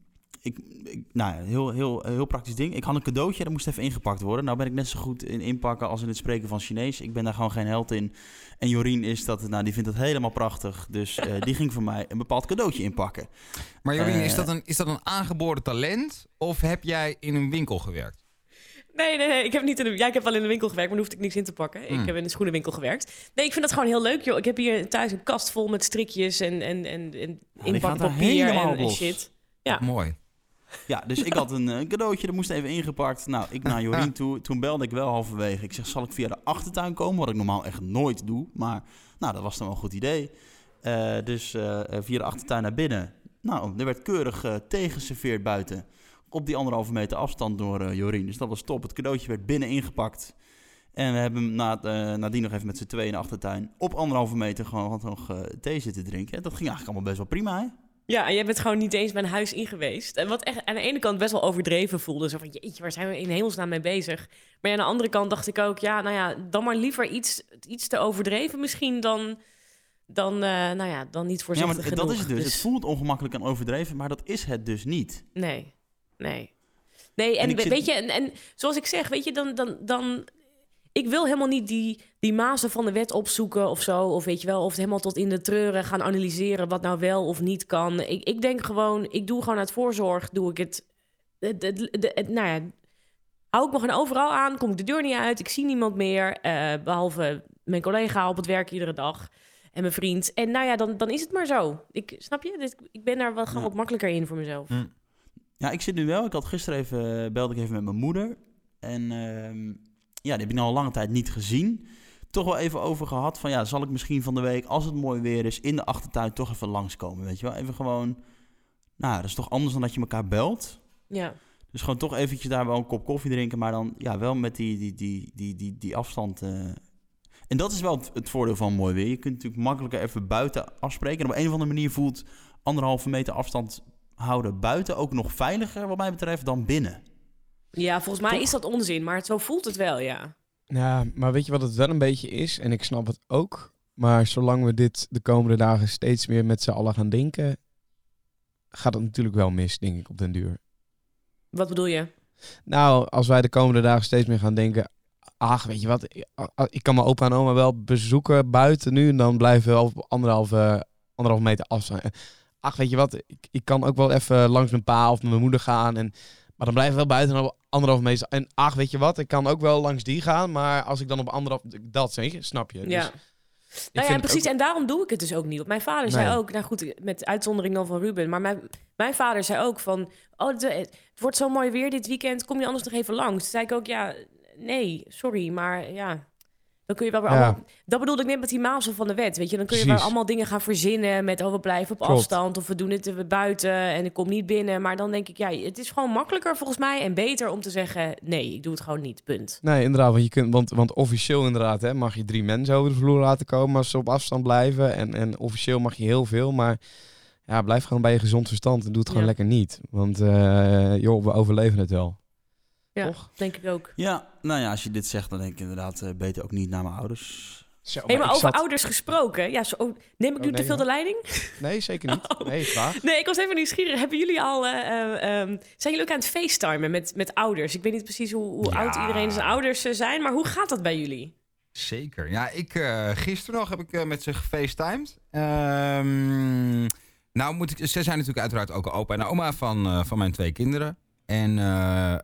ik, ik, nou ja, heel, heel, heel praktisch ding. Ik had een cadeautje, dat moest even ingepakt worden. Nou ben ik net zo goed in inpakken als in het spreken van Chinees. Ik ben daar gewoon geen held in. En Jorien is dat, nou, die vindt dat helemaal prachtig. Dus uh, die ging voor mij een bepaald cadeautje inpakken. Maar Jorien, Uh, is, dat een, is dat een aangeboren talent of heb jij in een winkel gewerkt? Nee, nee, nee. Ik heb niet in de, ja, ik heb wel in de winkel gewerkt, maar daar hoefde ik niks in te pakken. Hmm. Ik heb in de schoenenwinkel gewerkt. Nee, ik vind dat gewoon heel leuk, joh. Ik heb hier thuis een kast vol met strikjes en, en, en, en gaat inpakpapier daar helemaal en, en los. shit. Ja. Mooi. Ja, dus ik had een, een cadeautje, dat moest even ingepakt. Nou, ik naar Jorien toe. Toen belde ik wel halverwege. Ik zeg, zal ik via de achtertuin komen? Wat ik normaal echt nooit doe. Maar, nou, dat was dan wel een goed idee. Uh, dus uh, via de achtertuin naar binnen. Nou, er werd keurig uh, tegengeserveerd buiten. Op die anderhalve meter afstand door uh, Jorien. Dus dat was top. Het cadeautje werd binnen ingepakt. En we hebben hem na, uh, nadien nog even met z'n tweeën in de achtertuin... op anderhalve meter gewoon nog uh, thee zitten drinken. Dat ging eigenlijk allemaal best wel prima, hè? Ja, en jij bent gewoon niet eens mijn huis in geweest. En wat echt aan de ene kant best wel overdreven voelde. Zo van, jeetje, waar zijn we in hemelsnaam mee bezig? Maar ja, aan de andere kant dacht ik ook... ja, nou ja, dan maar liever iets, iets te overdreven misschien dan... dan, uh, nou ja, dan niet voorzichtig ja, maar genoeg. dat is het dus. dus. Het voelt ongemakkelijk en overdreven, maar dat is het dus niet. Nee, nee. Nee, en, En ik we- weet zit- je, en, en zoals ik zeg, weet je, dan... dan, dan ik wil helemaal niet die, die mazen van de wet opzoeken of zo. Of weet je wel, of het helemaal tot in de treuren gaan analyseren... wat nou wel of niet kan. Ik, ik denk gewoon, ik doe gewoon uit voorzorg, doe ik het... De, de, de, de- nou ja, hou ik me gewoon overal aan, kom ik de deur niet uit... ik zie niemand meer, eh, behalve mijn collega op het werk iedere dag... en mijn vriend. En nou ja, dan, dan is het maar zo. Ik, snap je? Dit, ik ben daar wel gewoon Ja. wat makkelijker in voor mezelf. Mm. Ja, ik zit nu wel. Ik had gisteren even, belde ik even met mijn moeder. En ehm, ja, die heb ik nou al lange tijd niet gezien. Toch wel even over gehad van, ja, zal ik misschien van de week, als het mooi weer is, in de achtertuin toch even langskomen, weet je wel? Even gewoon, nou, dat is toch anders dan dat je elkaar belt. Ja. Dus gewoon toch eventjes daar wel een kop koffie drinken, maar dan, ja, wel met die, die, die, die, die, die afstand. eh. En dat is wel het, het voordeel van mooi weer. Je kunt natuurlijk makkelijker even buiten afspreken. En op een of andere manier voelt anderhalve meter afstand houden buiten ook nog veiliger, wat mij betreft, dan binnen. Ja, volgens mij Toch? is dat onzin, maar zo voelt het wel, ja. Ja, maar weet je wat het wel een beetje is? En ik snap het ook. Maar zolang we dit de komende dagen steeds meer met z'n allen gaan denken... gaat het natuurlijk wel mis, denk ik, op den duur. Wat bedoel je? Nou, als wij de komende dagen steeds meer gaan denken... ach, weet je wat, ik, ik kan mijn opa en oma wel bezoeken buiten nu... en dan blijven we op anderhalve, anderhalve meter afstand. Ach, weet je wat, ik, ik kan ook wel even langs mijn pa of mijn moeder gaan... En, maar dan blijven we wel buiten op anderhalve meter. En ach, weet je wat, ik kan ook wel langs die gaan... maar als ik dan op anderhalf... dat zeg je, snap je? Ja. Dus ik Nou ja, vind precies. ook- En daarom doe ik het dus ook niet. Want mijn vader zei Nee. ook, nou goed, met uitzondering dan van Ruben... maar mijn, mijn vader zei ook van... oh, het, het wordt zo mooi weer dit weekend, kom je anders nog even langs? Toen zei ik ook, ja, nee, sorry, maar ja... Dan kun je wel weer Ja. allemaal... Dat bedoelde ik net met die mazel van de wet, weet je. Dan kun je Precies. wel allemaal dingen gaan verzinnen met... oh, we blijven op Klopt. afstand of we doen het eh, buiten en ik kom niet binnen. Maar dan denk ik, ja, het is gewoon makkelijker volgens mij... en beter om te zeggen, nee, ik doe het gewoon niet, punt. Nee, inderdaad, want, je kunt, want, want officieel inderdaad hè, mag je drie mensen over de vloer laten komen... als ze op afstand blijven. En, en officieel mag je heel veel, maar... ja, blijf gewoon bij je gezond verstand en doe het gewoon Ja. lekker niet. Want uh, joh, we overleven het wel. Ja, Toch? denk ik ook. Ja, nou ja, als je dit zegt, dan denk ik inderdaad uh, beter ook niet naar mijn ouders. Zo, Hey, maar ik over zat- ouders gesproken. Ja, zo, oh, neem ik nu Oh, nee, te veel hoor. de leiding? Nee, zeker niet. Oh. Nee, vraag. Nee, ik was even nieuwsgierig. Hebben jullie al... eh, eh, ehm, zijn jullie ook aan het facetimen met, met ouders? Ik weet niet precies hoe, hoe Ja. oud iedereen zijn ouders eh, zijn, maar hoe gaat dat bij jullie? Zeker. Ja, ik uh, gisteren nog heb ik uh, met ze gefacetimed. Um, nou, moet ik, ze zijn natuurlijk uiteraard ook opa en oma van, uh, van mijn twee kinderen. En uh,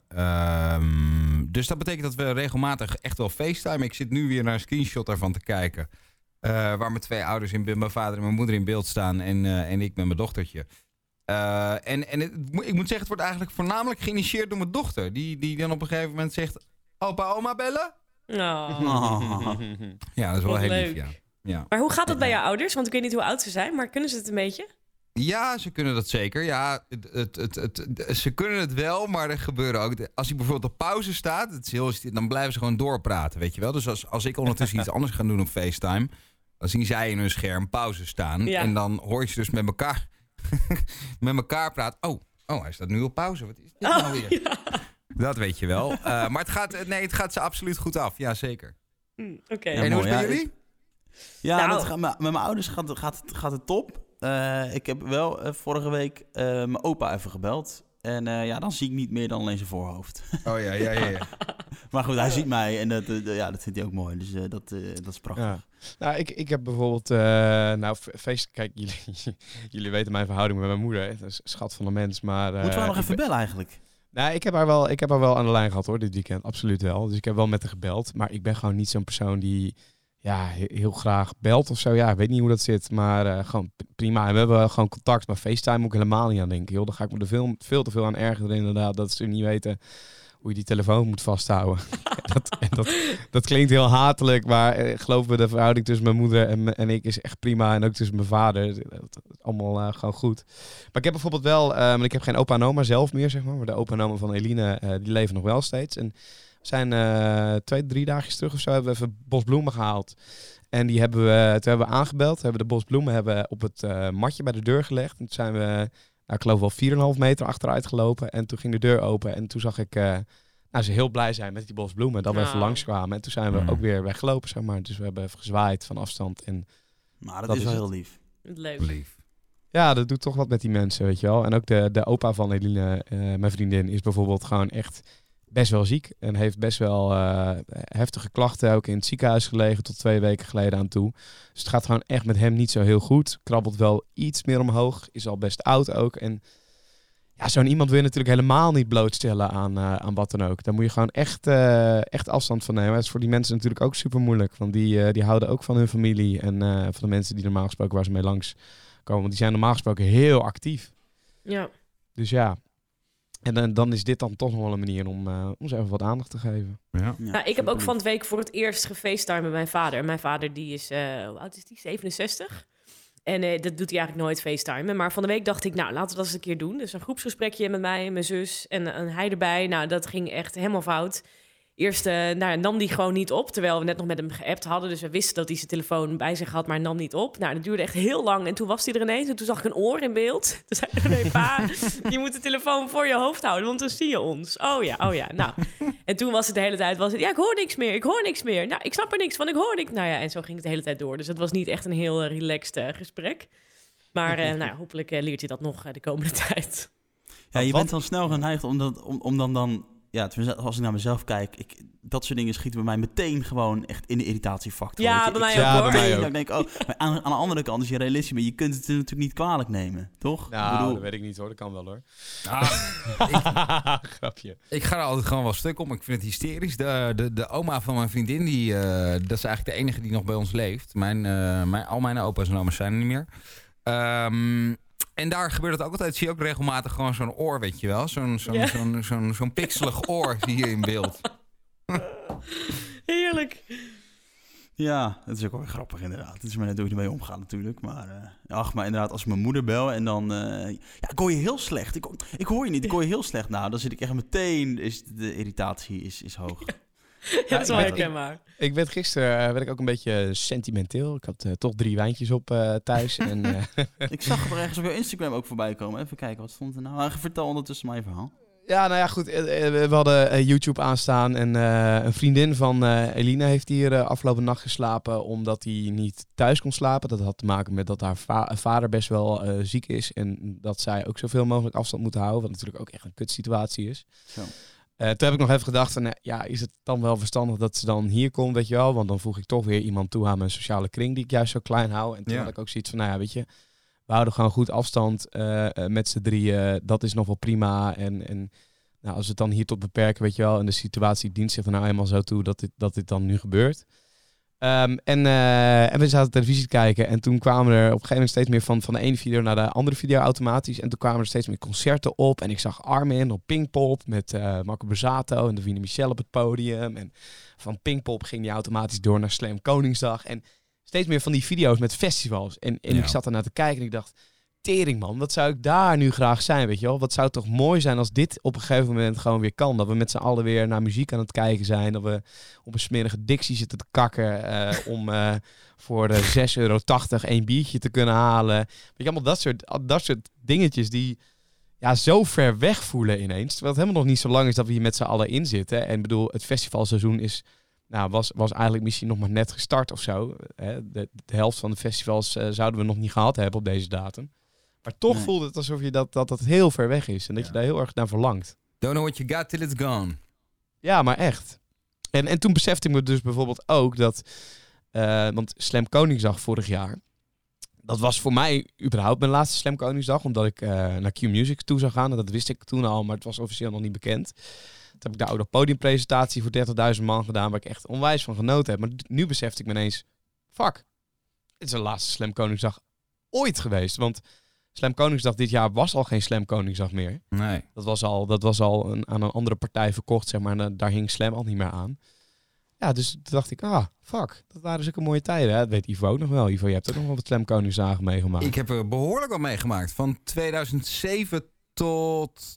um, dus dat betekent dat we regelmatig echt wel facetimen. Ik zit nu weer naar een screenshot daarvan te kijken. Uh, waar mijn twee ouders, in, mijn vader en mijn moeder in beeld staan. En, uh, en ik met mijn dochtertje. Uh, en en het, ik moet zeggen, het wordt eigenlijk voornamelijk geïnitieerd door mijn dochter. Die, die dan op een gegeven moment zegt, opa, oma bellen? Oh. Oh. Ja, dat is wel Wat heel leuk. lief, ja. ja. Maar hoe gaat dat bij jouw ouders? Want ik weet niet hoe oud ze zijn, maar kunnen ze het een beetje? Ja, ze kunnen dat zeker. Ja, het, het, het, het, het- ze kunnen het wel, maar er gebeuren ook... Als hij bijvoorbeeld op pauze staat, het is heel, dan blijven ze gewoon doorpraten, weet je wel. Dus als, als ik ondertussen iets anders ga doen op FaceTime... dan zien zij in hun scherm pauze staan. Ja. En dan hoor je ze dus met elkaar, met elkaar praten. Oh, oh, hij staat nu op pauze. Wat is dit Oh, nou weer? Dat weet je wel. Uh, maar het gaat, nee, het gaat ze absoluut goed af. Ja, zeker. Hm, Oké. Ja, en hoe is mooi, het bij ja, jullie? Ja, Nou. dat gaat, met met mijn ouders gaat, gaat, het- gaat het top. Uh, ik heb wel uh, vorige week uh, mijn opa even gebeld. En uh, ja, dan zie ik niet meer dan alleen zijn voorhoofd. Oh ja, ja, ja. ja. Maar goed, hij ziet mij en dat, uh, ja, dat vindt hij ook mooi. Dus uh, dat, uh, dat is prachtig. Ja. Nou, ik, ik heb bijvoorbeeld... Uh, nou, feest... Kijk, jullie, jullie weten mijn verhouding met mijn moeder. Dat is een schat van een mens, maar... Uh, Moeten we nog even ben... bellen eigenlijk? Nou, ik heb, haar wel, ik heb haar wel aan de lijn gehad hoor, dit weekend. Absoluut wel. Dus ik heb wel met haar gebeld. Maar ik ben gewoon niet zo'n persoon die... Ja, heel graag belt of zo. Ja, ik weet niet hoe dat zit. Maar uh, gewoon prima. En we hebben gewoon contact. Maar FaceTime moet ik helemaal niet aan denken. Joh. Dan ga ik me er veel, veel te veel aan ergeren inderdaad. Dat ze niet weten hoe je die telefoon moet vasthouden. dat, en dat, dat klinkt heel hatelijk. Maar uh, geloof me, de verhouding tussen mijn moeder en, en ik is echt prima. En ook tussen mijn vader. Dat is allemaal uh, gewoon goed. Maar ik heb bijvoorbeeld wel... Uh, maar ik heb geen opa en oma zelf meer, zeg maar. Maar de opa en oma van Eline, uh, die leven nog wel steeds. En we zijn uh, twee, drie dagjes terug of zo hebben we even bosbloemen gehaald. En die hebben we, toen hebben we aangebeld. We hebben de bosbloemen hebben op het uh, matje bij de deur gelegd. En toen zijn we, nou, ik geloof wel vier komma vijf meter achteruit gelopen. En toen ging de deur open. En toen zag ik uh, nou, ze heel blij zijn met die bosbloemen. Dat we Nou. even langskwamen. En toen zijn we Mm. ook weer weggelopen, zeg maar. Dus we hebben even gezwaaid van afstand. En Maar dat, Dat is is wel het. heel lief. Leuk. Lief. ja, dat doet toch wat met die mensen, weet je wel. En ook de, de opa van Eline, uh, mijn vriendin, is bijvoorbeeld gewoon echt... best wel ziek en heeft best wel uh, heftige klachten. Ook in het ziekenhuis gelegen tot twee weken geleden aan toe. Dus het gaat gewoon echt met hem niet zo heel goed. Krabbelt wel iets meer omhoog. Is al best oud ook. En ja, zo'n iemand wil je natuurlijk helemaal niet blootstellen aan, uh, aan wat dan ook. Daar moet je gewoon echt, uh, echt afstand van nemen. Dat is voor die mensen natuurlijk ook super moeilijk. Want die, uh, die houden ook van hun familie. En uh, van de mensen die normaal gesproken waar ze mee langs komen. Want die zijn normaal gesproken heel actief. Ja. Dus ja... En dan, dan is dit dan toch nog wel een manier om, uh, om ze even wat aandacht te geven. Ja. Ja, Nou, ik heb ook superlief. van het week voor het eerst gefacetimed met mijn vader. Mijn vader die is, uh, hoe oud is die? zevenenzestig. En uh, dat doet hij eigenlijk nooit facetimen. Maar van de week dacht ik, nou, laten we dat eens een keer doen. Dus een groepsgesprekje met mij en mijn zus en, en hij erbij. Nou, dat ging echt helemaal fout. Eerst uh, nou, nam die gewoon niet op, terwijl we net nog met hem geappt hadden. Dus we wisten dat hij zijn telefoon bij zich had, maar hij nam niet op. Nou, dat duurde echt heel lang. En toen was hij er ineens en toen zag ik een oor in beeld. Toen zei hij, nee pa, je moet de telefoon voor je hoofd houden, want dan zie je ons. Oh ja, oh ja. Nou, en toen was het de hele tijd, was het, ja, ik hoor niks meer, ik hoor niks meer. Nou, ik snap er niks van, ik hoor niks. Nou ja, en zo ging het de hele tijd door. Dus het was niet echt een heel uh, relaxed uh, gesprek. Maar uh, nou, hopelijk uh, leert hij dat nog uh, de komende tijd. Ja, je Wat? bent dan snel geneigd om, dat, om, om dan... dan ja, tenminste, als ik naar mezelf kijk, ik, dat soort dingen schieten bij mij meteen gewoon echt in de irritatiefactor. Ja, weet je. bij mij Ik ook, zit Ja, hoor. bij mij meteen, ook. dat ik denk, oh, maar aan, aan de andere kant, als je realistisch bent, je kunt het natuurlijk niet kwalijk nemen, toch? Nou, Ik bedoel, dat weet ik niet hoor. Dat kan wel hoor. Ah, Grapje. ik ga er altijd gewoon wel stuk om. Ik vind het hysterisch. De, de, de oma van mijn vriendin, die, uh, dat is eigenlijk de enige die nog bij ons leeft. Mijn, uh, mijn, al mijn opa's en oma's zijn er niet meer. Um, en daar gebeurt het ook altijd. Zie je ook regelmatig gewoon zo'n oor, weet je wel. Zo'n zo'n Ja. zo'n zo'n zo'n pixelig oor zie je in beeld. Heerlijk. ja, dat is ook wel weer grappig inderdaad. Het is maar net hoe je ermee omgaat natuurlijk. Maar, uh, ach, maar inderdaad, als ik mijn moeder bel en dan... Uh, ja, ik hoor je heel slecht. Ik, ik hoor je niet, ik hoor je heel slecht. Nou, dan zit ik echt meteen... Is de irritatie is, is hoog. Ja, dat is wel ik- herkenbaar. Ik werd gisteren uh, werd ik ook een beetje sentimenteel. Ik had uh, toch drie wijntjes op uh, thuis. en, uh, Ik zag er ergens op jouw Instagram ook voorbij komen. Even kijken, wat stond er nou? Uh, vertel ondertussen mijn verhaal. ja, nou ja, goed. uh, uh, we hadden uh, YouTube aanstaan. En uh, een vriendin van uh, Eline heeft hier uh, afgelopen nacht geslapen. Omdat hij niet thuis kon slapen. Dat had te maken met dat haar va- vader best wel uh, ziek is. En dat zij ook zoveel mogelijk afstand moet houden. Wat natuurlijk ook echt een kutsituatie is. Zo. Uh, toen heb ik nog even gedacht van, uh, ja, is het dan wel verstandig dat ze dan hier komt, weet je wel? Want dan voeg ik toch weer iemand toe aan mijn sociale kring die ik juist zo klein hou. En toen Ja. had ik ook zoiets van, nou ja, weet je, we houden gewoon goed afstand uh, uh, met z'n drieën. Dat is nog wel prima. En, en nou, als we het dan hier tot beperken, weet je wel, en de situatie dient zich er nou eenmaal zo toe dat dit, dat dit dan nu gebeurt. Um, en, uh, en we zaten televisie te kijken en toen kwamen er op een gegeven moment steeds meer van, van de ene video naar de andere video automatisch. En toen kwamen er steeds meer concerten op en ik zag Armin op Pinkpop met uh, Marco Borsato en Davina Michel op het podium. En van Pinkpop ging die automatisch door naar Slam Koningsdag. En steeds meer van die video's met festivals. En, en Ja. ik zat ernaar te kijken en ik dacht, tering man, wat zou ik daar nu graag zijn, weet je wel? Wat zou het toch mooi zijn als dit op een gegeven moment gewoon weer kan. Dat we met z'n allen weer naar muziek aan het kijken zijn. Dat we op een smerige Dixie zitten te kakken uh, om uh, voor uh, zes euro tachtig één biertje te kunnen halen. Weet je, allemaal dat soort, dat soort dingetjes die ja, zo ver weg voelen ineens. Terwijl het helemaal nog niet zo lang is dat we hier met z'n allen in zitten. En ik bedoel, het festivalseizoen is... Nou, was, was eigenlijk misschien nog maar net gestart of zo. Hè? De, de helft van de festivals uh, zouden we nog niet gehad hebben op deze datum. Maar toch Nee. voelde het alsof je dat, dat dat heel ver weg is. En dat Ja. je daar heel erg naar verlangt. Don't know what you got till it's gone. Ja, maar echt. En, en toen besefte ik me dus bijvoorbeeld ook dat... Uh, want Slam Koningsdag vorig jaar... Dat was voor mij überhaupt mijn laatste Slam Koningsdag. Omdat ik uh, naar Q-Music toe zou gaan. En dat wist ik toen al, maar het was officieel nog niet bekend. Toen heb ik daar ook nog podiumpresentatie voor dertigduizend man gedaan. Waar ik echt onwijs van genoten heb. Maar nu besefte ik me ineens... Fuck, het is de laatste Slam Koningsdag ooit geweest. Want Slam Koningsdag dit jaar was al geen Slam Koningsdag meer. Nee. Dat was al, dat was al een, aan een andere partij verkocht, zeg maar. En daar hing Slam al niet meer aan. Ja, dus toen dacht ik, ah, fuck. Dat waren zulke mooie tijden. Hè? Dat weet Ivo ook nog wel. Ivo, je hebt ook nog wel wat Slam Koningsdagen meegemaakt. Ik heb er behoorlijk wat meegemaakt. Van tweeduizend zeven tot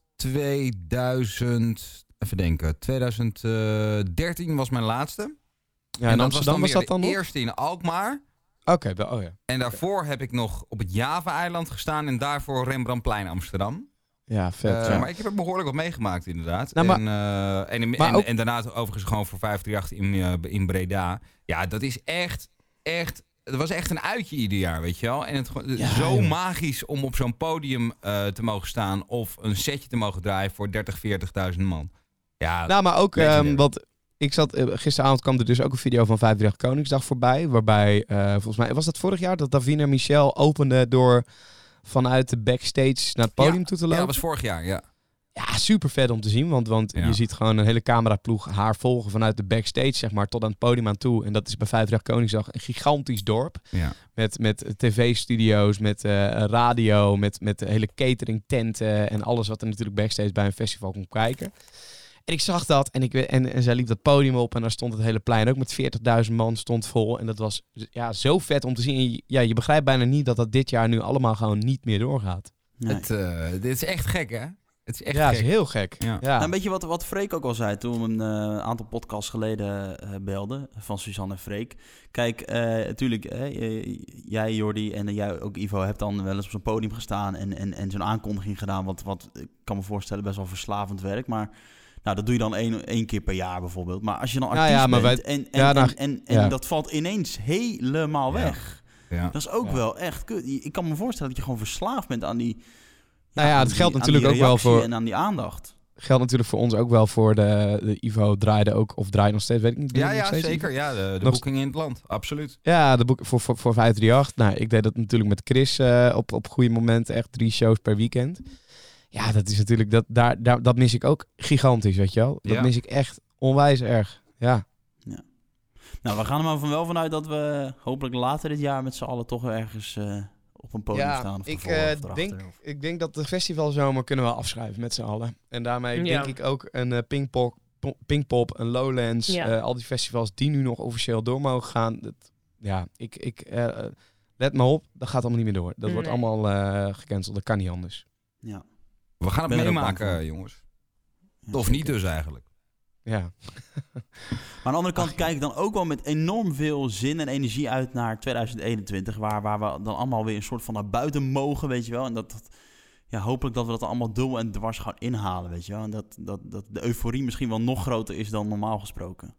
tweeduizend... Even denken. tweeduizend dertien was mijn laatste. Ja, in Amsterdam was dat dan de nog? eerste in Alkmaar. Oké, okay, oh ja. En daarvoor heb ik nog op het Java-eiland gestaan. En daarvoor Rembrandtplein Amsterdam. Ja, vet. Uh, ja. Maar ik heb er behoorlijk wat meegemaakt, inderdaad. Nou, maar, en, uh, en, in, maar en, ook, en daarna overigens gewoon voor vijfhonderdachttien in, uh, in Breda. Ja, dat is echt, echt... Het was echt een uitje ieder jaar, weet je wel. En het ja, zo joh. magisch om op zo'n podium uh, te mogen staan... of een setje te mogen draaien voor dertig, veertigduizend man. Ja, nou, maar ook... Um, wat ik zat, uh, gisteravond kwam er dus ook een video van vijfendertig Koningsdag voorbij. Waarbij, uh, volgens mij, was dat vorig jaar... dat Davina Michel opende door... vanuit de backstage naar het podium ja, toe te lopen. Ja, dat was vorig jaar, ja. Ja, super vet om te zien. Want, want ja. je ziet gewoon een hele cameraploeg haar volgen vanuit de backstage, zeg maar, tot aan het podium aan toe. En dat is bij vijfendertig Koningsdag een gigantisch dorp. Ja. Met, met tv-studio's, met uh, radio, met, met de hele cateringtenten en alles wat er natuurlijk backstage bij een festival komt kijken. En ik zag dat en, ik, en, en zij liep dat podium op en daar stond het hele plein ook met veertigduizend man stond vol. En dat was ja, zo vet om te zien. En je, ja, je begrijpt bijna niet dat dat dit jaar nu allemaal gewoon niet meer doorgaat. Nee. Het, uh, dit is echt gek, hè? Het is echt ja, gek. het is heel gek. Ja. Ja. Nou, een beetje wat, wat Freek ook al zei toen we een uh, aantal podcasts geleden uh, belden. Van Suzanne en Freek. Kijk, uh, natuurlijk, uh, jij Jordi en uh, jij ook Ivo hebt dan wel eens op zo'n podium gestaan. En, en, en zo'n aankondiging gedaan. Wat, wat ik kan me voorstellen best wel verslavend werk. Maar nou, dat doe je dan één, één keer per jaar bijvoorbeeld. Maar als je dan artiest nou ja, maar bent wij, en, en, ja, nou, en, en, en ja. dat valt ineens helemaal ja. weg. Ja. Dat is ook ja. wel echt kut. Ik kan me voorstellen dat je gewoon verslaafd bent aan die... Ja, nou ja, het geldt die, natuurlijk ook wel voor... En aan die aandacht. Geldt natuurlijk voor ons ook wel voor de, de Ivo draaide ook, of draait nog steeds, weet ik niet. Ja, ja, steeds, zeker. Ivo? Ja, de, de nog... boeking in het land, absoluut. Ja, de boek voor, voor, voor vijfhonderdachttien. Nou, ik deed dat natuurlijk met Chris uh, op, op goede momenten, echt drie shows per weekend. Ja, dat is natuurlijk, dat, daar, daar, dat mis ik ook gigantisch, weet je wel. Dat ja. mis ik echt onwijs erg, ja. ja. Nou, we gaan er maar van wel vanuit dat we hopelijk later dit jaar met z'n allen toch ergens... Uh... op een podium ja, staan. Of ik, voor, uh, of denk, of... ik denk dat de festivalzomer kunnen we afschrijven met z'n allen. En daarmee ja. denk ik ook een uh, Pinkpop, Pinkpop, een Lowlands, ja. uh, al die festivals die nu nog officieel door mogen gaan. Dat, ja, ik, ik uh, let me op, dat gaat allemaal niet meer door. Dat nee. wordt allemaal uh, gecanceld, dat kan niet anders. Ja. We gaan het meemaken, jongens. Ja, of niet dus eigenlijk. Ja. Maar aan de andere kant Ach, kijk ik dan ook wel met enorm veel zin en energie uit naar tweeduizend eenentwintig. Waar, waar we dan allemaal weer een soort van naar buiten mogen, weet je wel. En dat, dat ja, hopelijk dat we dat allemaal dubbel en dwars gaan inhalen, weet je wel. En dat, dat, dat de euforie misschien wel nog groter is dan normaal gesproken.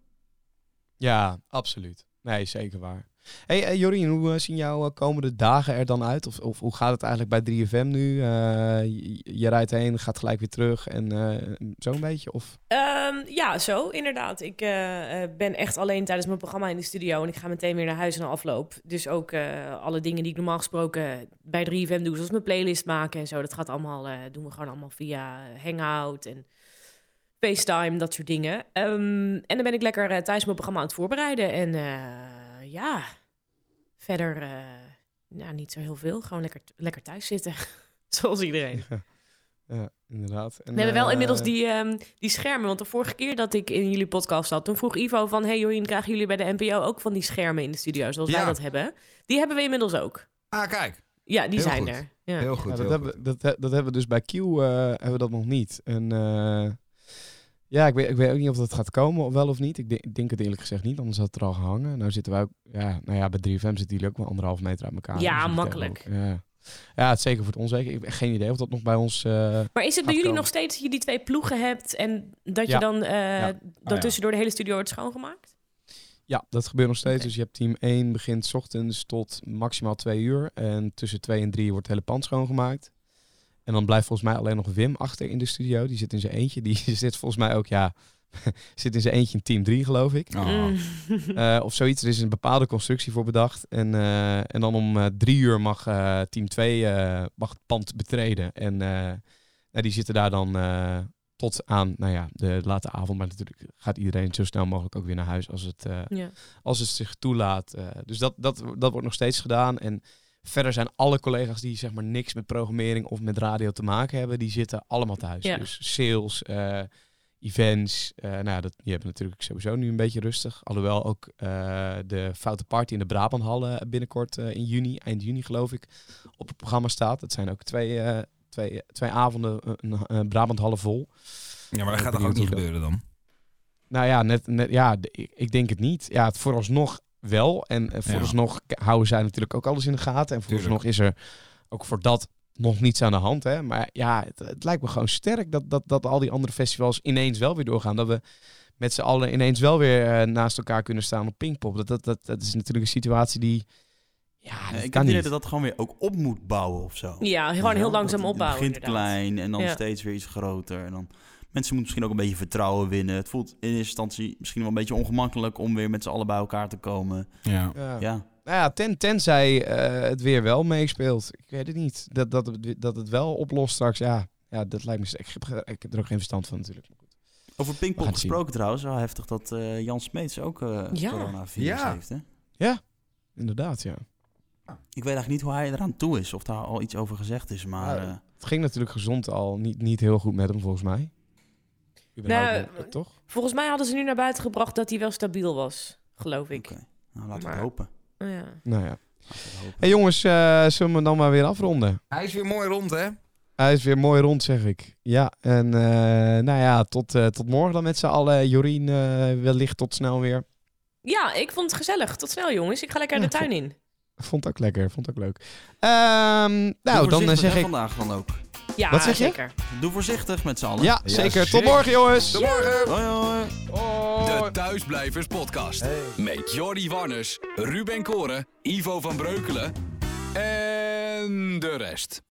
Ja, absoluut. Nee, zeker waar. Hey, hey Jorien, hoe uh, zien jouw uh, komende dagen er dan uit? Of, of hoe gaat het eigenlijk bij drie F M nu? Uh, je, je rijdt heen, gaat gelijk weer terug en uh, zo'n beetje? Of? Um, ja, zo inderdaad. Ik uh, ben echt alleen tijdens mijn programma in de studio en ik ga meteen weer naar huis na afloop. Dus ook uh, alle dingen die ik normaal gesproken bij drie F M doe, zoals mijn playlist maken en zo. Dat gaat allemaal, uh, doen we gewoon allemaal via Hangout en FaceTime, dat soort dingen. Um, en dan ben ik lekker uh, thuis mijn programma aan het voorbereiden en... Uh, Ja, verder uh, nou, niet zo heel veel. Gewoon lekker, lekker thuis zitten, zoals iedereen. Ja, ja inderdaad. En, we hebben wel uh, inmiddels die, um, die schermen. Want de vorige keer dat ik in jullie podcast zat... toen vroeg Ivo van... hey Jorien, krijgen jullie bij de N P O ook van die schermen in de studio... zoals ja. wij dat hebben? Die hebben we inmiddels ook. Ah, kijk. Ja, die heel zijn goed. er. Ja. Heel goed, ja, dat, heel hebben, goed. Dat, dat hebben we dus bij Q uh, hebben we dat nog niet. En... Uh, Ja, ik weet, ik weet ook niet of dat gaat komen, wel of niet. Ik, de, ik denk het eerlijk gezegd niet, anders had het er al gehangen. Nou zitten wij ook, ja, nou ja, bij drie F M zitten jullie ook wel anderhalf meter uit elkaar. Ja, dus makkelijk. Ook, ja. ja, het is zeker voor het onzeker. Ik heb geen idee of dat nog bij ons uh, Maar is het bij jullie komen. nog steeds dat je die twee ploegen hebt... en dat je ja. dan uh, ja. dat oh, tussendoor ja. de hele studio wordt schoongemaakt? Ja, dat gebeurt nog steeds. Oké. Dus je hebt team één begint 's ochtends tot maximaal twee uur. En tussen twee en drie wordt het hele pand schoongemaakt. En dan blijft volgens mij alleen nog Wim achter in de studio. Die zit in zijn eentje. Die zit volgens mij ook, ja, zit in zijn eentje in team drie, geloof ik. Oh. Mm. Uh, of zoiets. Er is een bepaalde constructie voor bedacht. En, uh, en dan om uh, drie uur mag uh, team twee uh, mag het pand betreden. En uh, nou, die zitten daar dan uh, tot aan nou ja, de late avond. Maar natuurlijk gaat iedereen zo snel mogelijk ook weer naar huis als het, uh, Ja. als het zich toelaat. Uh, dus dat, dat, dat wordt nog steeds gedaan. En verder zijn alle collega's die zeg maar niks met programmering of met radio te maken hebben, die zitten allemaal thuis. Ja. Dus sales, uh, events, uh, nou ja, dat, die hebben natuurlijk sowieso nu een beetje rustig. Alhoewel ook uh, de Foute Party in de Brabanthallen binnenkort uh, in juni, eind juni geloof ik, op het programma staat. Dat zijn ook twee, uh, twee, twee avonden, een, een Brabanthallen vol. Ja, maar dat gaat toch Benieuwd ook niet hoe dat- gebeuren dan? Nou ja, net, net, ja d- ik, ik denk het niet. Ja, het vooralsnog wel. En uh, vooralsnog k- houden zij natuurlijk ook alles in de gaten. En vooralsnog is er ook voor dat nog niets aan de hand. Hè? Maar ja, het, het lijkt me gewoon sterk dat, dat, dat al die andere festivals ineens wel weer doorgaan. Dat we met z'n allen ineens wel weer uh, naast elkaar kunnen staan op Pinkpop. Dat, dat, dat, dat is natuurlijk een situatie die... Ja, Ja, dat ik kan heb het idee niet. dat dat gewoon weer ook op moet bouwen of zo. Ja, gewoon Ja, heel langzaam dat- opbouwen. Het begint inderdaad. klein en dan Ja. steeds weer iets groter. En dan, mensen moeten misschien ook een beetje vertrouwen winnen. Het voelt in eerste instantie misschien wel een beetje ongemakkelijk om weer met z'n allen bij elkaar te komen. Ja. Ja. Ja, Nou ja, ten, tenzij uh, het weer wel meespeelt. Ik weet het niet. Dat, dat, het- dat het wel oplost straks. Ja, ja dat lijkt me sterk. Ik heb, ik heb er ook geen verstand van natuurlijk. over We Pinkpop gaan het zien. gesproken trouwens. Wel heftig dat eh, Jan Smeets ook eh Ja. coronavirus Ja. heeft. Hè? Inderdaad, ja. Ik weet eigenlijk niet hoe hij eraan toe is. Of daar al iets over gezegd is. Maar Ja, eh, Het ging natuurlijk gezond al niet, niet heel goed met hem, volgens mij. Überhaupt Nou, wel, toch? Volgens mij hadden ze nu naar buiten gebracht dat hij wel stabiel was, geloof ik. oké. Nou, laten we Maar- het hopen. Oh, ja. Nou ja. Laten we het hopen. Hey jongens, uh, zullen we hem dan maar weer afronden? Hij is weer mooi rond, hè? Hij is weer mooi rond, zeg ik. Ja, en uh, nou ja, tot, uh, tot morgen dan met z'n allen. Jorien, uh, wellicht tot snel weer. ja, ik vond het gezellig. Tot snel, jongens. Ik ga lekker Ja, de tuin in. Vond het ook lekker, vond het ook leuk. Ehm, Doe nou, dan uh, voorzichtig, zeg hè, ik... vandaag dan ook. Ja, Wat zeg je? zeker. Doe voorzichtig met z'n allen. Ja, Ja, zeker. Tot zeker. morgen, jongens. Tot morgen! Hoi, hoi. De Thuisblijvers podcast. Met Jordi Warners, Ruben Koren, Ivo van Breukelen en de rest.